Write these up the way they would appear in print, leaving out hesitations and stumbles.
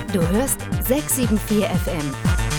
Du hörst 674 FM.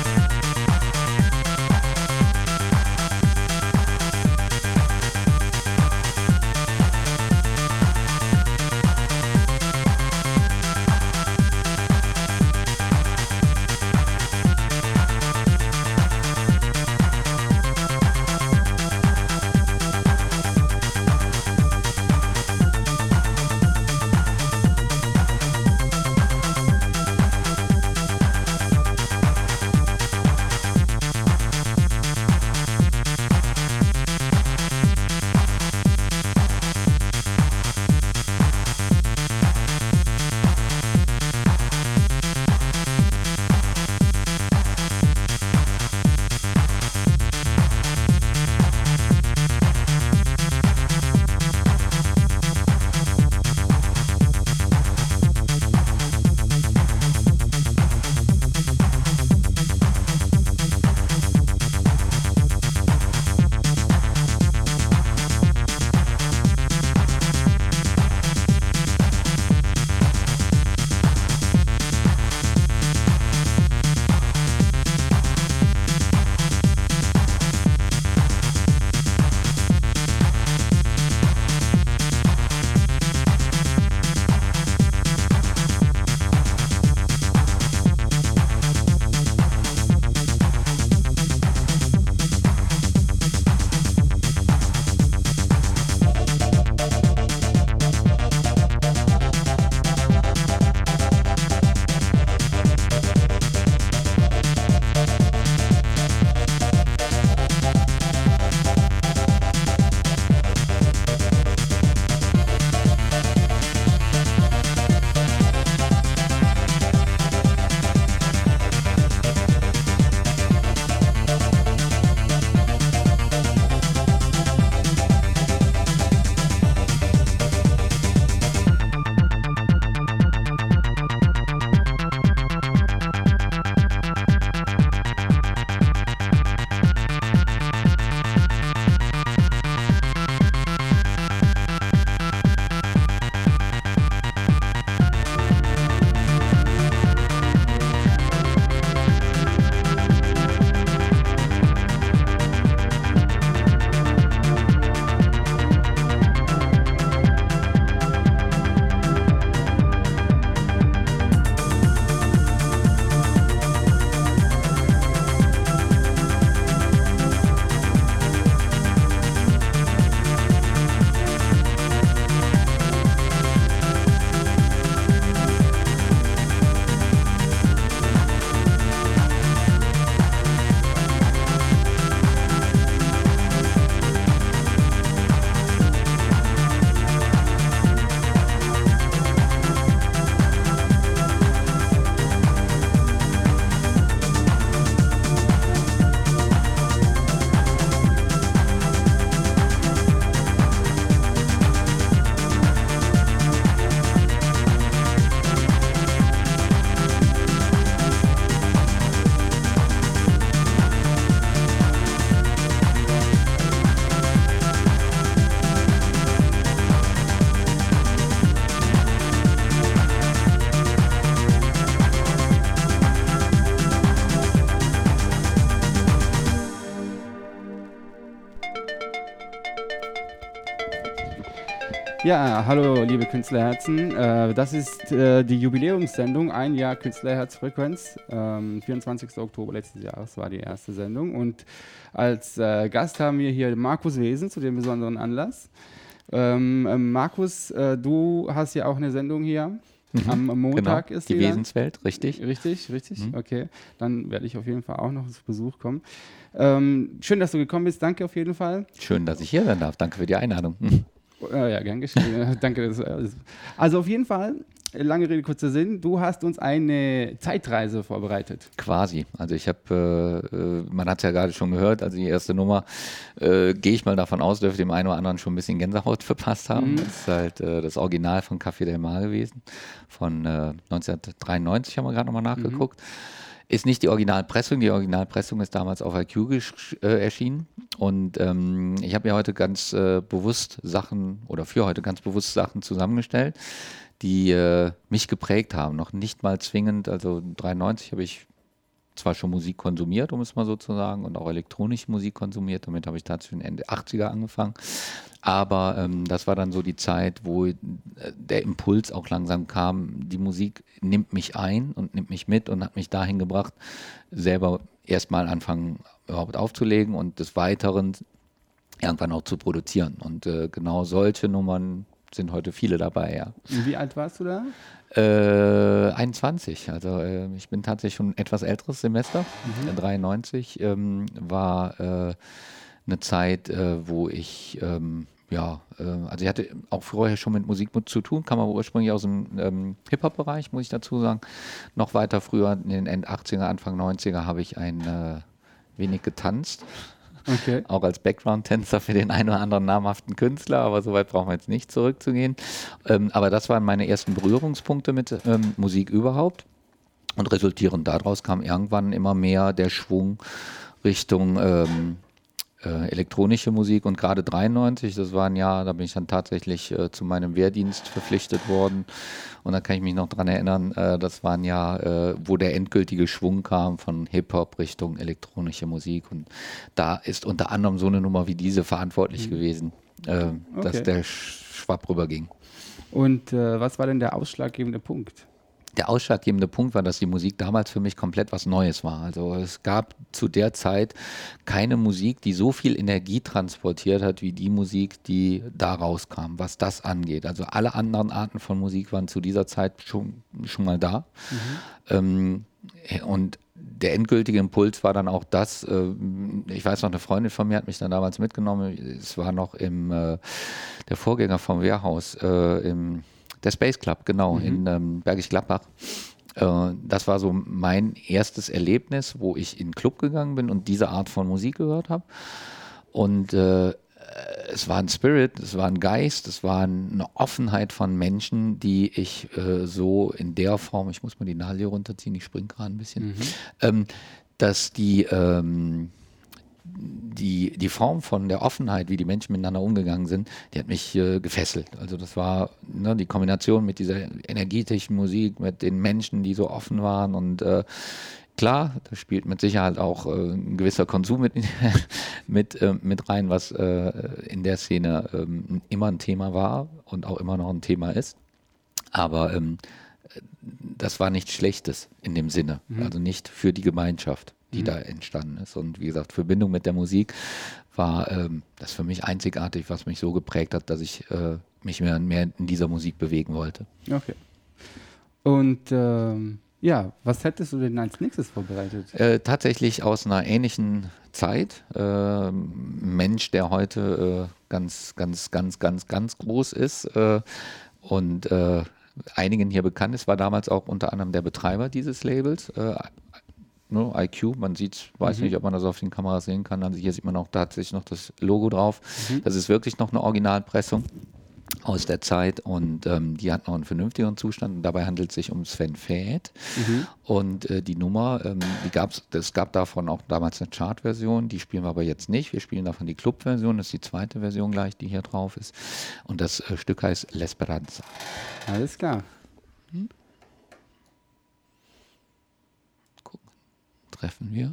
Ja, hallo liebe Künstlerherzen. Das ist die Jubiläumssendung, ein Jahr Künstlerherzfrequenz. 24. Oktober letztes Jahres war die erste Sendung. Und als Gast haben wir hier Markus Wesen zu dem besonderen Anlass. Markus, du hast ja auch eine Sendung hier. Am Montag genau, ist die Wesenswelt, richtig? Richtig. Okay, dann werde ich auf jeden Fall auch noch zu Besuch kommen. Schön, dass du gekommen bist. Danke auf jeden Fall. Schön, dass ich hier sein darf. Danke für die Einladung. Ja, gern geschehen. Danke. Also auf jeden Fall, lange Rede, kurzer Sinn, du hast uns eine Zeitreise vorbereitet. Quasi. Also ich habe, man hat es ja gerade schon gehört, also die erste Nummer, gehe ich mal davon aus, dürfte dem einen oder anderen schon ein bisschen Gänsehaut verpasst haben. Das ist halt das Original von Café Del Mar gewesen, von 1993, haben wir gerade nochmal nachgeguckt. Ist nicht die Originalpressung. Die Originalpressung ist damals auf IQ erschienen. Und ich habe mir heute ganz bewusst Sachen, oder für heute ganz bewusst Sachen zusammengestellt, die mich geprägt haben. Noch nicht mal zwingend, also 93 habe ich zwar schon Musik konsumiert, um es mal so zu sagen, und auch elektronische Musik konsumiert. Damit habe ich tatsächlich Ende 80er angefangen. Aber das war dann so die Zeit, wo der Impuls auch langsam kam, die Musik nimmt mich ein und nimmt mich mit und hat mich dahin gebracht, selber erstmal anfangen überhaupt aufzulegen und des Weiteren irgendwann auch zu produzieren. Und genau solche Nummern sind heute viele dabei, ja. Und wie alt warst du da? 21, also ich bin tatsächlich schon ein etwas älteres Semester, 93 war eine Zeit, wo ich, also ich hatte auch vorher schon mit Musik zu tun, kam aber ursprünglich aus dem Hip-Hop-Bereich, muss ich dazu sagen. Noch weiter früher, in den End 80er, Anfang 90er, habe ich ein wenig getanzt. Okay. Auch als Background-Tänzer für den einen oder anderen namhaften Künstler, aber so weit brauchen wir jetzt nicht zurückzugehen. Aber das waren meine ersten Berührungspunkte mit Musik überhaupt. Und resultierend daraus kam irgendwann immer mehr der Schwung Richtung elektronische Musik. Und gerade 93, das war ein Jahr, da bin ich dann tatsächlich zu meinem Wehrdienst verpflichtet worden. Und da kann ich mich noch dran erinnern, das war ein Jahr, wo der endgültige Schwung kam von Hip-Hop Richtung elektronische Musik. Und da ist unter anderem so eine Nummer wie diese verantwortlich gewesen, dass der Schwapp rüberging. Und was war denn der ausschlaggebende Punkt? Der ausschlaggebende Punkt war, dass die Musik damals für mich komplett was Neues war. Also es gab zu der Zeit keine Musik, die so viel Energie transportiert hat, wie die Musik, die da rauskam, was das angeht. Also alle anderen Arten von Musik waren zu dieser Zeit schon mal da. Und der endgültige Impuls war dann auch das, ich weiß noch, eine Freundin von mir hat mich dann damals mitgenommen, es war noch der Vorgänger vom Wehrhaus, der Space Club, genau, in Bergisch Gladbach. Das war so mein erstes Erlebnis, wo ich in den Club gegangen bin und diese Art von Musik gehört habe. Und es war ein Spirit, es war ein Geist, es war eine Offenheit von Menschen, die ich so in der Form, ich muss mal die Nase hier runterziehen, ich springe gerade ein bisschen, dass die Form von der Offenheit, wie die Menschen miteinander umgegangen sind, die hat mich gefesselt. Also das war die Kombination mit dieser energetischen Musik, mit den Menschen, die so offen waren und klar, da spielt mit Sicherheit auch ein gewisser Konsum mit rein, was in der Szene immer ein Thema war und auch immer noch ein Thema ist. Aber das war nichts Schlechtes in dem Sinne, also nicht für die Gemeinschaft, die da entstanden ist. Und wie gesagt, Verbindung mit der Musik war das für mich einzigartig, was mich so geprägt hat, dass ich mich mehr in dieser Musik bewegen wollte. Okay. Und was hättest du denn als nächstes vorbereitet? Tatsächlich aus einer ähnlichen Zeit. Mensch, der heute ganz groß ist und einigen hier bekannt ist, war damals auch unter anderem der Betreiber dieses Labels. IQ, man sieht, weiß nicht, ob man das auf den Kameras sehen kann, dann hier sieht man auch tatsächlich noch das Logo drauf. Das ist wirklich noch eine Originalpressung aus der Zeit und die hat noch einen vernünftigeren Zustand und dabei handelt es sich um Sven Väth und die Nummer, es gab davon auch damals eine Chart-Version, die spielen wir aber jetzt nicht, wir spielen davon die Club-Version, das ist die zweite Version gleich, die hier drauf ist und das Stück heißt L'Esperanza. Alles klar. Gucken, treffen wir.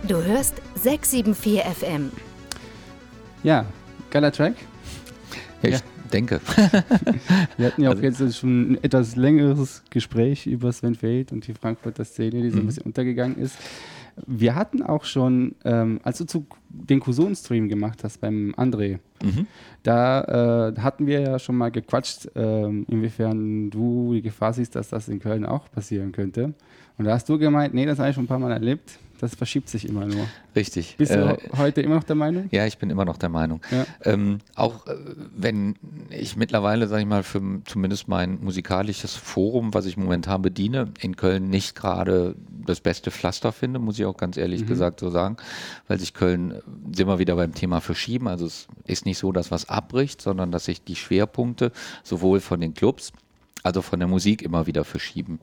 Du hörst 674 FM. Ja, geiler Track. Ja, ich denke. Wir hatten ja auch jetzt schon ein etwas längeres Gespräch über Sven Väth und die Frankfurter Szene, die so ein bisschen untergegangen ist. Wir hatten auch schon, als du den Cuson-Stream gemacht hast beim André, da hatten wir ja schon mal gequatscht, inwiefern du die Gefahr siehst, dass das in Köln auch passieren könnte. Und da hast du gemeint, nee, das habe ich schon ein paar Mal erlebt. Das verschiebt sich immer nur. Richtig. Bist du heute immer noch der Meinung? Ja, ich bin immer noch der Meinung. Ja. Auch wenn ich mittlerweile, sage ich mal, für zumindest mein musikalisches Forum, was ich momentan bediene, in Köln nicht gerade das beste Pflaster finde, muss ich auch ganz ehrlich gesagt so sagen, weil sich Köln, sind wir wieder beim Thema Verschieben, also es ist nicht so, dass was abbricht, sondern dass sich die Schwerpunkte sowohl von den Clubs, also von der Musik immer wieder verschieben.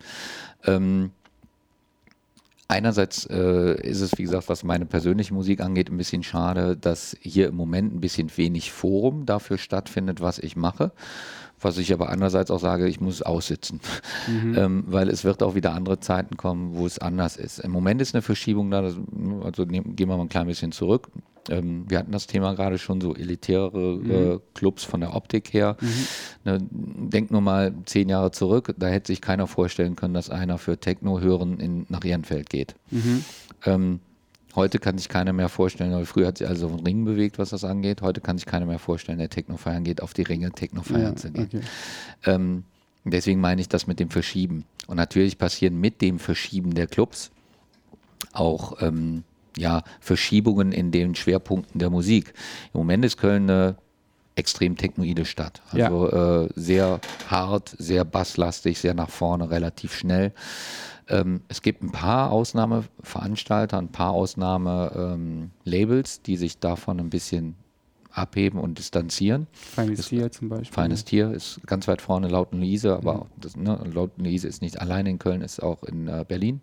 Einerseits ist es, wie gesagt, was meine persönliche Musik angeht, ein bisschen schade, dass hier im Moment ein bisschen wenig Forum dafür stattfindet, was ich mache. Was ich aber andererseits auch sage, ich muss aussitzen, weil es wird auch wieder andere Zeiten kommen, wo es anders ist. Im Moment ist eine Verschiebung da, also gehen wir mal ein klein bisschen zurück. Wir hatten das Thema gerade schon, so elitäre Clubs von der Optik her. Denk nur mal 10 Jahre zurück, da hätte sich keiner vorstellen können, dass einer für Techno hören nach Ehrenfeld geht. Heute kann sich keiner mehr vorstellen, weil früher hat sich also ein Ring bewegt, was das angeht. Heute kann sich keiner mehr vorstellen, der Techno feiern geht, auf die Ringe Techno feiern zu gehen. Okay. Deswegen meine ich das mit dem Verschieben. Und natürlich passieren mit dem Verschieben der Clubs auch Verschiebungen in den Schwerpunkten der Musik. Im Moment ist Köln eine extrem technoide Stadt. Also sehr hart, sehr basslastig, sehr nach vorne, relativ schnell. Es gibt ein paar Ausnahmeveranstalter, ein paar Ausnahmelabels, die sich davon ein bisschen abheben und distanzieren. Feines Tier zum Beispiel. Feines Tier ist ganz weit vorne, Laut und Luise, aber Laut und Luise ist nicht alleine in Köln, ist auch in Berlin.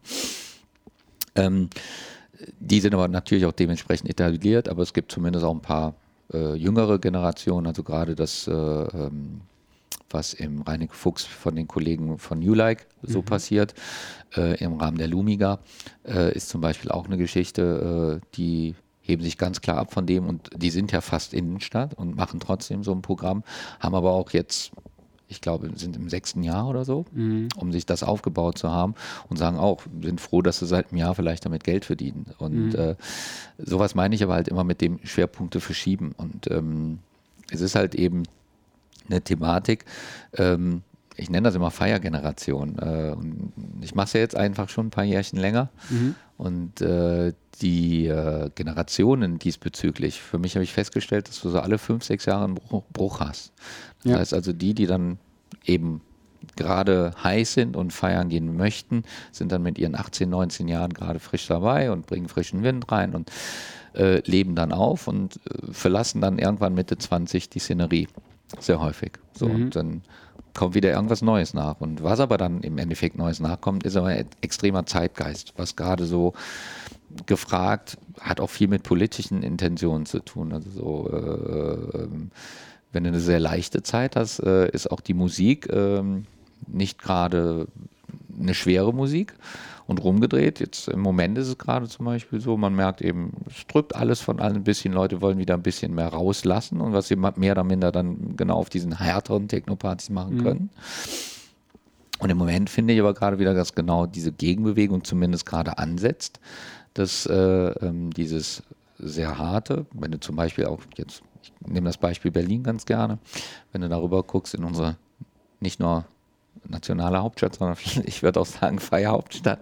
Die sind aber natürlich auch dementsprechend etabliert, aber es gibt zumindest auch ein paar jüngere Generationen, also gerade das was im Reinig Fuchs von den Kollegen von New Like so passiert, im Rahmen der Lumiga, ist zum Beispiel auch eine Geschichte, die heben sich ganz klar ab von dem und die sind ja fast Innenstadt und machen trotzdem so ein Programm, haben aber auch jetzt, ich glaube, sind im 6. Jahr oder so, um sich das aufgebaut zu haben und sagen auch, sind froh, dass sie seit einem Jahr vielleicht damit Geld verdienen. Und sowas meine ich aber halt immer mit dem Schwerpunkte verschieben. Und es ist halt eben eine Thematik, ich nenne das immer Feiergeneration. Und ich mache es ja jetzt einfach schon ein paar Jährchen länger. Und die Generationen diesbezüglich, für mich habe ich festgestellt, dass du so alle 5, 6 Jahre einen Bruch hast. Das heißt also, die dann eben gerade heiß sind und feiern gehen möchten, sind dann mit ihren 18, 19 Jahren gerade frisch dabei und bringen frischen Wind rein und leben dann auf und verlassen dann irgendwann Mitte 20 die Szenerie. Sehr häufig. So, und dann kommt wieder irgendwas Neues nach. Und was aber dann im Endeffekt Neues nachkommt, ist aber ein extremer Zeitgeist, was gerade so gefragt, hat auch viel mit politischen Intentionen zu tun. Also so, wenn du eine sehr leichte Zeit hast, ist auch die Musik nicht gerade eine schwere Musik. Und rumgedreht, jetzt im Moment ist es gerade zum Beispiel so, man merkt eben, es drückt alles von allen ein bisschen, Leute wollen wieder ein bisschen mehr rauslassen und was sie mehr oder minder dann genau auf diesen härteren Techno-Partys machen können. Und im Moment finde ich aber gerade wieder, dass genau diese Gegenbewegung zumindest gerade ansetzt, dass dieses sehr harte, wenn du zum Beispiel auch jetzt, ich nehme das Beispiel Berlin ganz gerne, wenn du darüber guckst in unsere, nicht nur nationale Hauptstadt, sondern ich würde auch sagen Feierhauptstadt,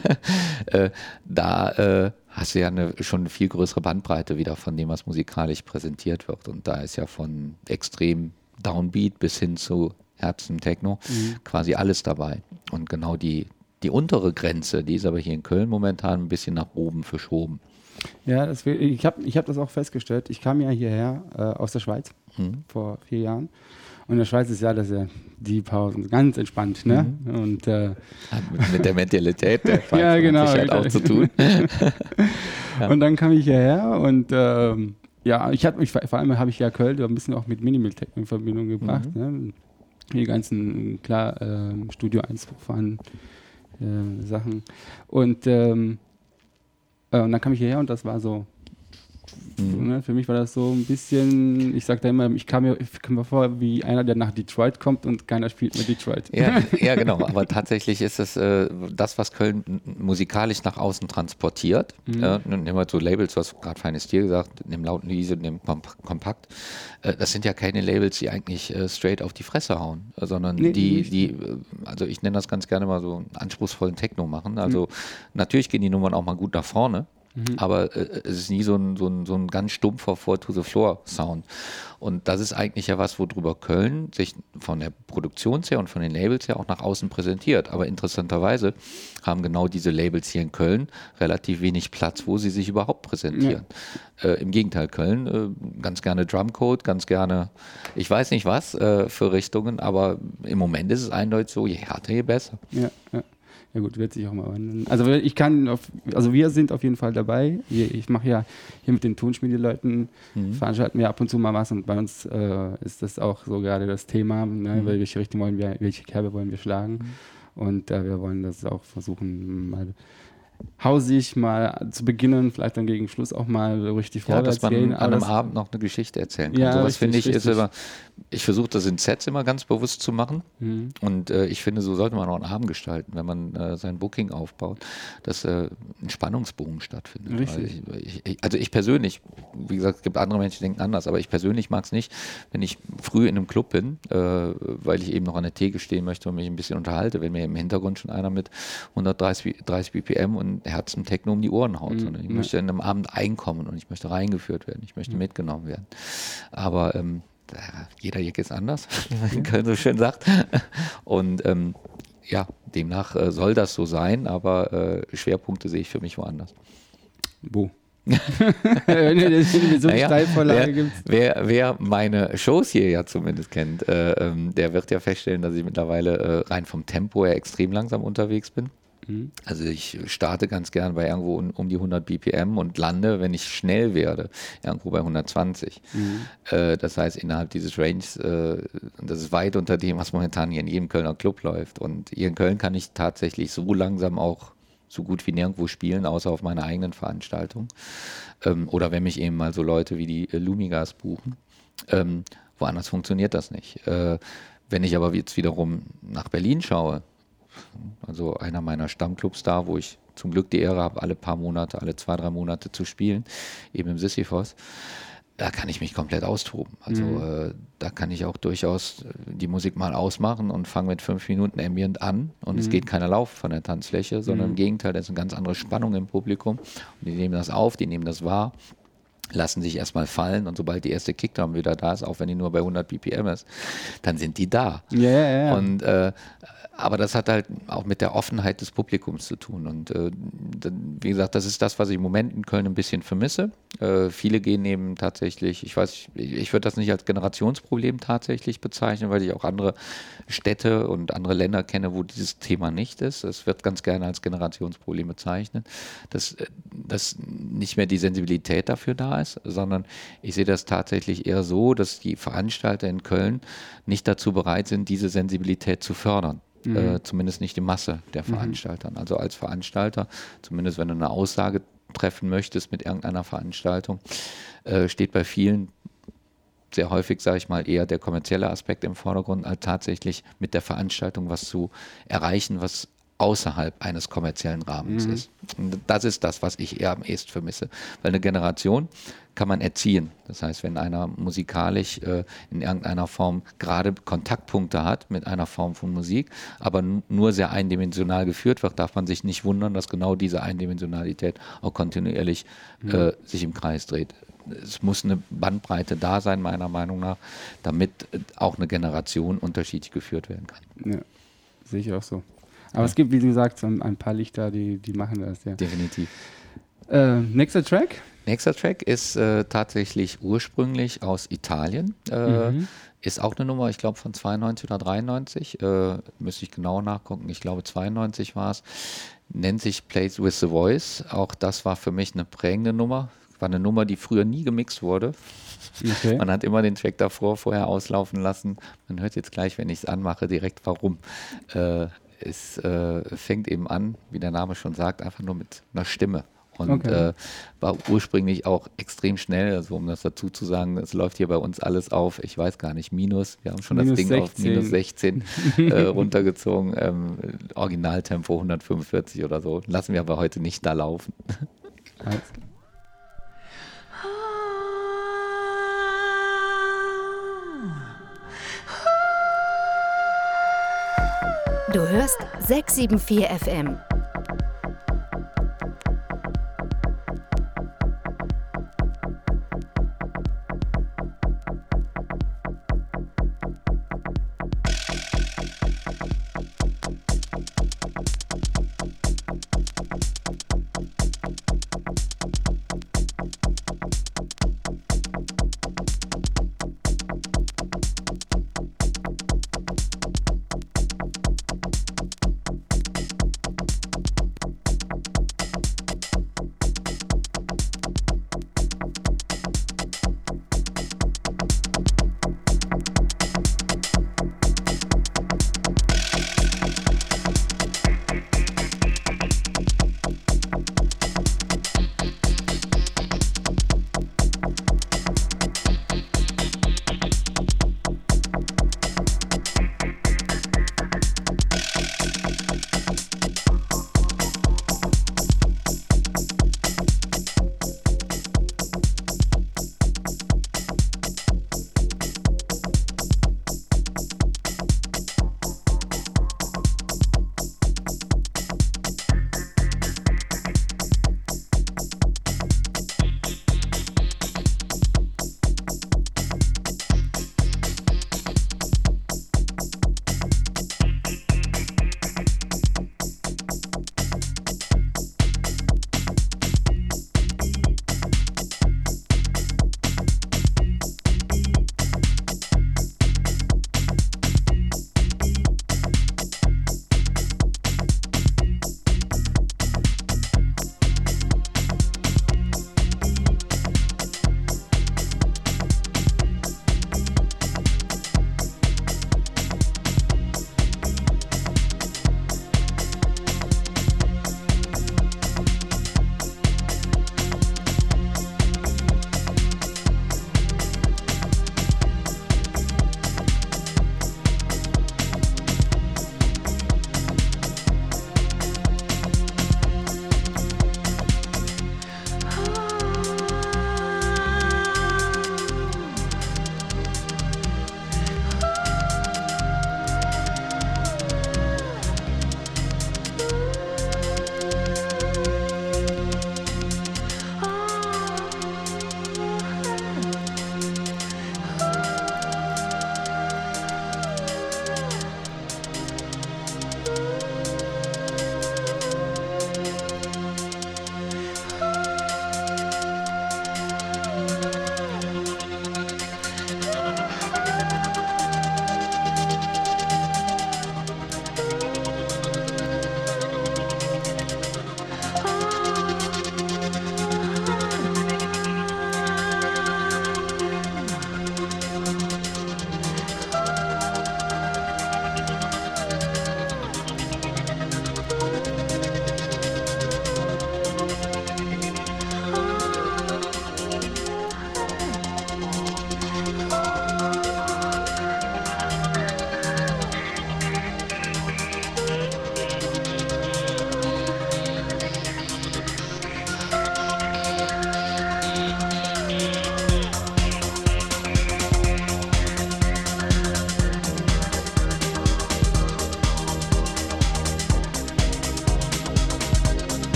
da hast du ja schon eine viel größere Bandbreite wieder von dem, was musikalisch präsentiert wird. Und da ist ja von extrem Downbeat bis hin zu Herzen Techno quasi alles dabei. Und genau die untere Grenze, die ist aber hier in Köln momentan ein bisschen nach oben verschoben. Ja, ich hab das auch festgestellt. Ich kam ja hierher aus der Schweiz vor 4 Jahren. Und in der Schweiz ist das ja die Pausen ganz entspannt, ne? Und, mit der Mentalität der Schweiz ja, genau, hat Sicherheit auch zu tun. Und dann kam ich hierher und vor allem habe ich ja Köln ein bisschen auch mit Minimal Tech in Verbindung gebracht. Ne? Die ganzen, Studio 1 fahren Sachen. Und Und dann kam ich hierher und das war so, ne, für mich war das so ein bisschen, ich sag da immer, ich kam mir vor wie einer, der nach Detroit kommt und keiner spielt mit Detroit. Ja, genau, aber tatsächlich ist es das, was Köln musikalisch nach außen transportiert. Nehmen wir so Labels, du hast gerade Feines Tier gesagt, nimm Lauten Liese, nimm Kompakt. Das sind ja keine Labels, die eigentlich straight auf die Fresse hauen, sondern also ich nenne das ganz gerne mal so einen anspruchsvollen Techno machen. Also natürlich gehen die Nummern auch mal gut nach vorne. Aber es ist nie so ein ganz stumpfer Four-to-the-Floor-Sound. Und das ist eigentlich ja was, worüber Köln sich von der Produktion her und von den Labels her auch nach außen präsentiert. Aber interessanterweise haben genau diese Labels hier in Köln relativ wenig Platz, wo sie sich überhaupt präsentieren. Ja. Im Gegenteil, Köln ganz gerne Drumcode, ganz gerne, ich weiß nicht was für Richtungen, aber im Moment ist es eindeutig so, je härter, je besser. Ja, ja. Ja gut, wird sich auch mal wandeln. Also wir sind auf jeden Fall dabei. Ich mache ja hier mit den Tonschmiedeleuten, veranstalten wir ab und zu mal was und bei uns ist das auch so gerade das Thema, ne, welche Richtung wollen wir, welche Kerbe wollen wir schlagen und wir wollen das auch versuchen, mal hausig mal zu beginnen, vielleicht dann gegen Schluss auch mal richtig vorwärts gehen. Dass man an einem Abend noch eine Geschichte erzählen kann. Ja, sowas finde ich ist immer, ich versuche das in Sets immer ganz bewusst zu machen und ich finde, so sollte man auch einen Abend gestalten, wenn man sein Booking aufbaut, dass ein Spannungsbogen stattfindet. Richtig. Also ich persönlich, wie gesagt, es gibt andere Menschen, die denken anders, aber ich persönlich mag es nicht, wenn ich früh in einem Club bin, weil ich eben noch an der Theke stehen möchte und mich ein bisschen unterhalte, wenn mir im Hintergrund schon einer mit 130 BPM und Herzen Techno um die Ohren haut, sondern ich möchte in einem Abend einkommen und ich möchte reingeführt werden, ich möchte mitgenommen werden. Aber jeder Jack ist anders, wie man Köln so schön sagt. Und demnach soll das so sein, aber Schwerpunkte sehe ich für mich woanders. Wo? Wenn du so eine Steilvorlage gibst. Wer meine Shows hier ja zumindest kennt, der wird ja feststellen, dass ich mittlerweile rein vom Tempo her extrem langsam unterwegs bin. Also ich starte ganz gern bei irgendwo um die 100 BPM und lande, wenn ich schnell werde, irgendwo bei 120. Das heißt, innerhalb dieses Ranges, das ist weit unter dem, was momentan hier in jedem Kölner Club läuft. Und hier in Köln kann ich tatsächlich so langsam auch so gut wie nirgendwo spielen, außer auf meiner eigenen Veranstaltung. Oder wenn mich eben mal so Leute wie die Lumigas buchen. Woanders funktioniert das nicht. Wenn ich aber jetzt wiederum nach Berlin schaue, also einer meiner Stammclubs da, wo ich zum Glück die Ehre habe, alle 2-3 Monate zu spielen, eben im Sisyphos, da kann ich mich komplett austoben. Also da kann ich auch durchaus die Musik mal ausmachen und fange mit 5 Minuten Ambient an und es geht keiner Lauf von der Tanzfläche, sondern im Gegenteil, da ist eine ganz andere Spannung im Publikum und die nehmen das auf, die nehmen das wahr, lassen sich erstmal fallen und sobald die erste Kickdrum wieder da ist, auch wenn die nur bei 100 BPM ist, dann sind die da. Ja. Und aber das hat halt auch mit der Offenheit des Publikums zu tun. Und wie gesagt, das ist das, was ich im Moment in Köln ein bisschen vermisse. Viele gehen eben tatsächlich, ich würde das nicht als Generationsproblem tatsächlich bezeichnen, weil ich auch andere Städte und andere Länder kenne, wo dieses Thema nicht ist. Es wird ganz gerne als Generationsproblem bezeichnet, dass nicht mehr die Sensibilität dafür da ist, sondern ich sehe das tatsächlich eher so, dass die Veranstalter in Köln nicht dazu bereit sind, diese Sensibilität zu fördern. Zumindest nicht die Masse der Veranstaltern. Also als Veranstalter, zumindest wenn du eine Aussage treffen möchtest mit irgendeiner Veranstaltung, steht bei vielen sehr häufig, sage ich mal, eher der kommerzielle Aspekt im Vordergrund, als tatsächlich mit der Veranstaltung was zu erreichen, was außerhalb eines kommerziellen Rahmens ist. Und das ist das, was ich eher am ehesten vermisse. Weil eine Generation kann man erziehen. Das heißt, wenn einer musikalisch in irgendeiner Form gerade Kontaktpunkte hat mit einer Form von Musik, aber nur sehr eindimensional geführt wird, darf man sich nicht wundern, dass genau diese Eindimensionalität auch kontinuierlich sich im Kreis dreht. Es muss eine Bandbreite da sein, meiner Meinung nach, damit auch eine Generation unterschiedlich geführt werden kann. Ja, sehe ich auch so. Aber es gibt, wie gesagt, so ein paar Lichter, die machen das, ja. Definitiv. Nächster Track? Nächster Track ist tatsächlich ursprünglich aus Italien. Ist auch eine Nummer, ich glaube von 92 oder 93. Müsste ich genau nachgucken. Ich glaube 92 war es. Nennt sich Plays with the Voice. Auch das war für mich eine prägende Nummer. War eine Nummer, die früher nie gemixt wurde. Okay. Man hat immer den Track vorher auslaufen lassen. Man hört jetzt gleich, wenn ich es anmache, direkt warum. Es fängt eben an, wie der Name schon sagt, einfach nur mit einer Stimme. und war ursprünglich auch extrem schnell, also um das dazu zu sagen, es läuft hier bei uns alles auf, ich weiß gar nicht, minus, wir haben schon das Ding 16. Auf minus 16 runtergezogen, Originaltempo 145 oder so, lassen wir aber heute nicht da laufen. Alles klar. Du hörst 674 FM.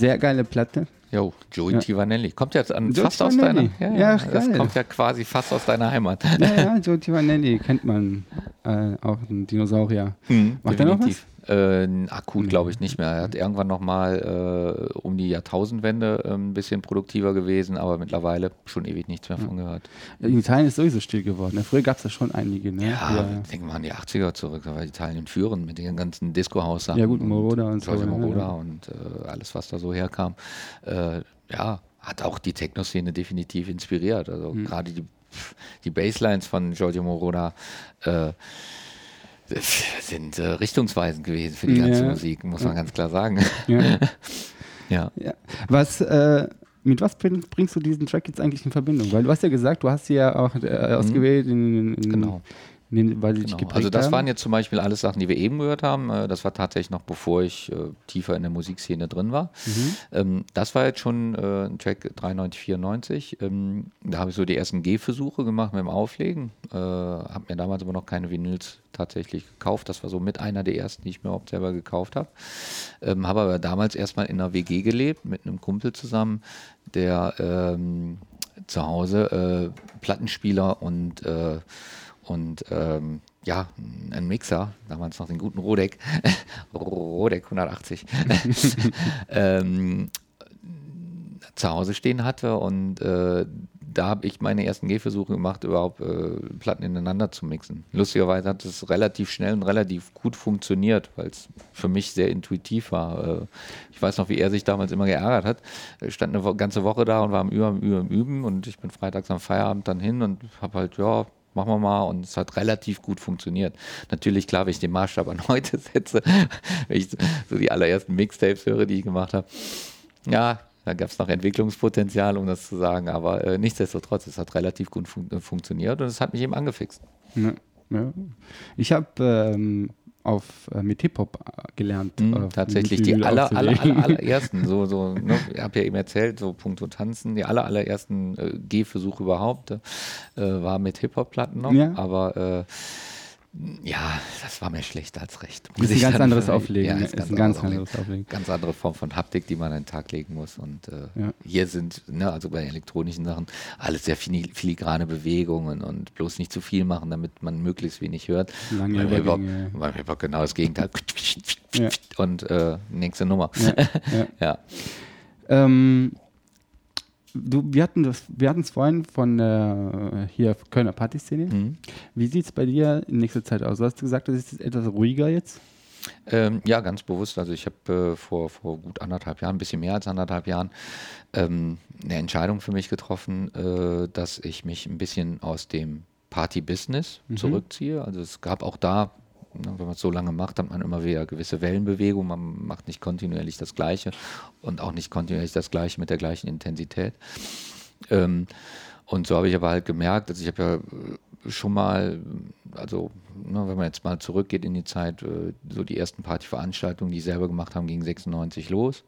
Sehr geile Platte. Jo, Joey T. Vannelli. Kommt jetzt fast T. aus deiner. Vannelli. Ja, das geil. kommt ja quasi fast aus deiner Heimat. Ja, Joey T. Vannelli kennt man. Auch ein Dinosaurier. Macht er noch was? Akut glaube ich nicht mehr. Er hat irgendwann nochmal um die Jahrtausendwende ein bisschen produktiver gewesen, aber mittlerweile schon ewig nichts mehr von gehört. In Italien ist sowieso still geworden. Ne? Früher gab es da schon einige. Ne? Ja, denken wir an die 80er zurück, da war Italien führend mit den ganzen Disco-Haus-Sachen. Ja gut, Moroder und so. Moroder und alles, was da so herkam. Hat auch die Techno-Szene definitiv inspiriert. Also gerade die Basslines von Giorgio Moroder sind richtungsweisend gewesen für die ganze Musik, muss man ganz klar sagen. Ja. Mit was bringst du diesen Track jetzt eigentlich in Verbindung? Weil du hast ja gesagt, du hast sie ja auch ausgewählt, Genau. Weil sie dich geprägt Also das haben. waren jetzt zum Beispiel alles Sachen, die wir eben gehört haben. Das war tatsächlich noch bevor ich tiefer in der Musikszene drin war. Das war jetzt schon ein Track 93, 94. Da habe ich so die ersten Gehversuche gemacht mit dem Auflegen. Habe mir damals aber noch keine Vinyls tatsächlich gekauft. Das war so mit einer der ersten, die ich mir überhaupt selber gekauft habe. Habe aber damals erstmal in einer WG gelebt mit einem Kumpel zusammen, der zu Hause Plattenspieler und ein Mixer, damals noch den guten Rodec 180 zu Hause stehen hatte und da habe ich meine ersten Gehversuche gemacht, überhaupt Platten ineinander zu mixen. Lustigerweise hat es relativ schnell und relativ gut funktioniert, weil es für mich sehr intuitiv war. Ich weiß noch, wie er sich damals immer geärgert hat. Er stand eine ganze Woche da und war am Üben und ich bin freitags am Feierabend dann hin und habe halt, machen wir mal, und es hat relativ gut funktioniert. Natürlich, klar, wenn ich den Maßstab an heute setze, wenn ich so die allerersten Mixtapes höre, die ich gemacht habe, da gab es noch Entwicklungspotenzial, um das zu sagen, aber nichtsdestotrotz, es hat relativ gut funktioniert und es hat mich eben angefixt. Ja. Ich habe mit Hip-Hop gelernt. Tatsächlich die allerersten, ich habe ja eben erzählt, so Punkto Tanzen, die allerersten Gehversuche überhaupt war mit Hip-Hop-Platten noch, aber das war mir schlechter als recht. Ist ein ganz anderes Auflegen. Ja, ist ein ganz anderes Auflegen. Ganz andere Form von Haptik, die man an den Tag legen muss. Und hier sind, also bei elektronischen Sachen, alles sehr filigrane Bewegungen und bloß nicht zu viel machen, damit man möglichst wenig hört. Beim Hip-Hop genau das Gegenteil. Und nächste Nummer. Ja. Wir hatten es vorhin von hier Kölner Partyszene. Wie sieht es bei dir in nächster Zeit aus? Du hast gesagt, das ist etwas ruhiger jetzt? Ja, ganz bewusst. Also ich habe vor gut anderthalb Jahren, ein bisschen mehr als anderthalb Jahren, eine Entscheidung für mich getroffen, dass ich mich ein bisschen aus dem Party-Business zurückziehe. Also es gab auch da, wenn man es so lange macht, hat man immer wieder gewisse Wellenbewegungen. Man macht nicht kontinuierlich das Gleiche und auch nicht kontinuierlich das Gleiche mit der gleichen Intensität. Und so habe ich aber halt gemerkt, dass ich habe ja schon mal, also wenn man jetzt mal zurückgeht in die Zeit, so die ersten Partyveranstaltungen, die ich selber gemacht haben, gingen 96 los.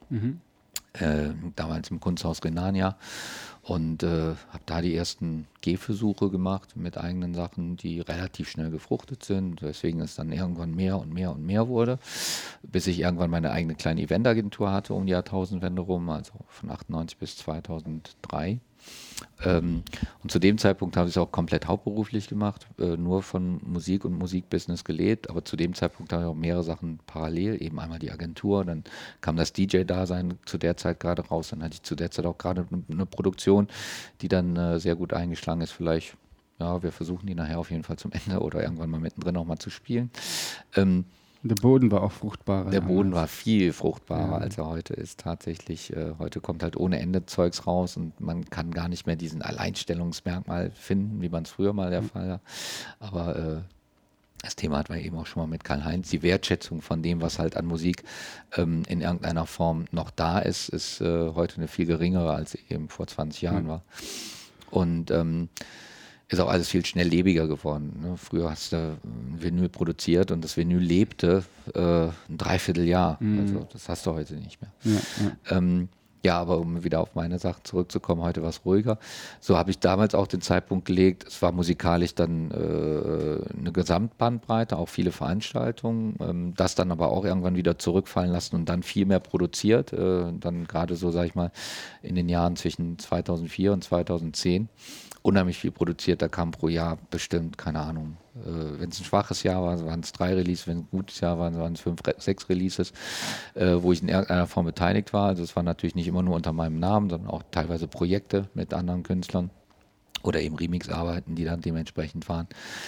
Damals im Kunsthaus Renania. Und habe da die ersten Gehversuche gemacht mit eigenen Sachen, die relativ schnell gefruchtet sind, weswegen es dann irgendwann mehr und mehr und mehr wurde, bis ich irgendwann meine eigene kleine Eventagentur hatte um die Jahrtausendwende rum, also von 98 bis 2003. Und zu dem Zeitpunkt habe ich es auch komplett hauptberuflich gemacht, nur von Musik und Musikbusiness gelebt, aber zu dem Zeitpunkt habe ich auch mehrere Sachen parallel, eben einmal die Agentur, dann kam das DJ-Dasein zu der Zeit gerade raus, dann hatte ich zu der Zeit auch gerade eine Produktion, die dann sehr gut eingeschlagen ist, vielleicht, wir versuchen die nachher auf jeden Fall zum Ende oder irgendwann mal mittendrin nochmal zu spielen. Der Boden war auch fruchtbarer. Der Boden war viel fruchtbarer, als er heute ist. Tatsächlich, heute kommt halt ohne Ende Zeugs raus und man kann gar nicht mehr diesen Alleinstellungsmerkmal finden, wie man es früher mal der Fall war. Aber das Thema hatten wir eben auch schon mal mit Karl-Heinz. Die Wertschätzung von dem, was halt an Musik in irgendeiner Form noch da ist, ist heute eine viel geringere, als sie eben vor 20 Jahren war. Und ist auch alles viel schnelllebiger geworden. Ne? Früher hast du ein Vinyl produziert und das Vinyl lebte ein Dreivierteljahr. Also das hast du heute nicht mehr. Ja, aber um wieder auf meine Sachen zurückzukommen, heute war es ruhiger. So habe ich damals auch den Zeitpunkt gelegt. Es war musikalisch dann eine Gesamtbandbreite, auch viele Veranstaltungen. Das dann aber auch irgendwann wieder zurückfallen lassen und dann viel mehr produziert. Dann gerade so, sage ich mal, in den Jahren zwischen 2004 und 2010 unheimlich viel produziert. Da kam pro Jahr bestimmt, keine Ahnung, wenn es ein schwaches Jahr war, waren es 3 Releases, wenn es ein gutes Jahr war, waren es 5, 6 Releases, wo ich in irgendeiner Form beteiligt war. Also es war natürlich nicht immer nur unter meinem Namen, sondern auch teilweise Projekte mit anderen Künstlern oder eben Remix-Arbeiten, die dann dementsprechend waren.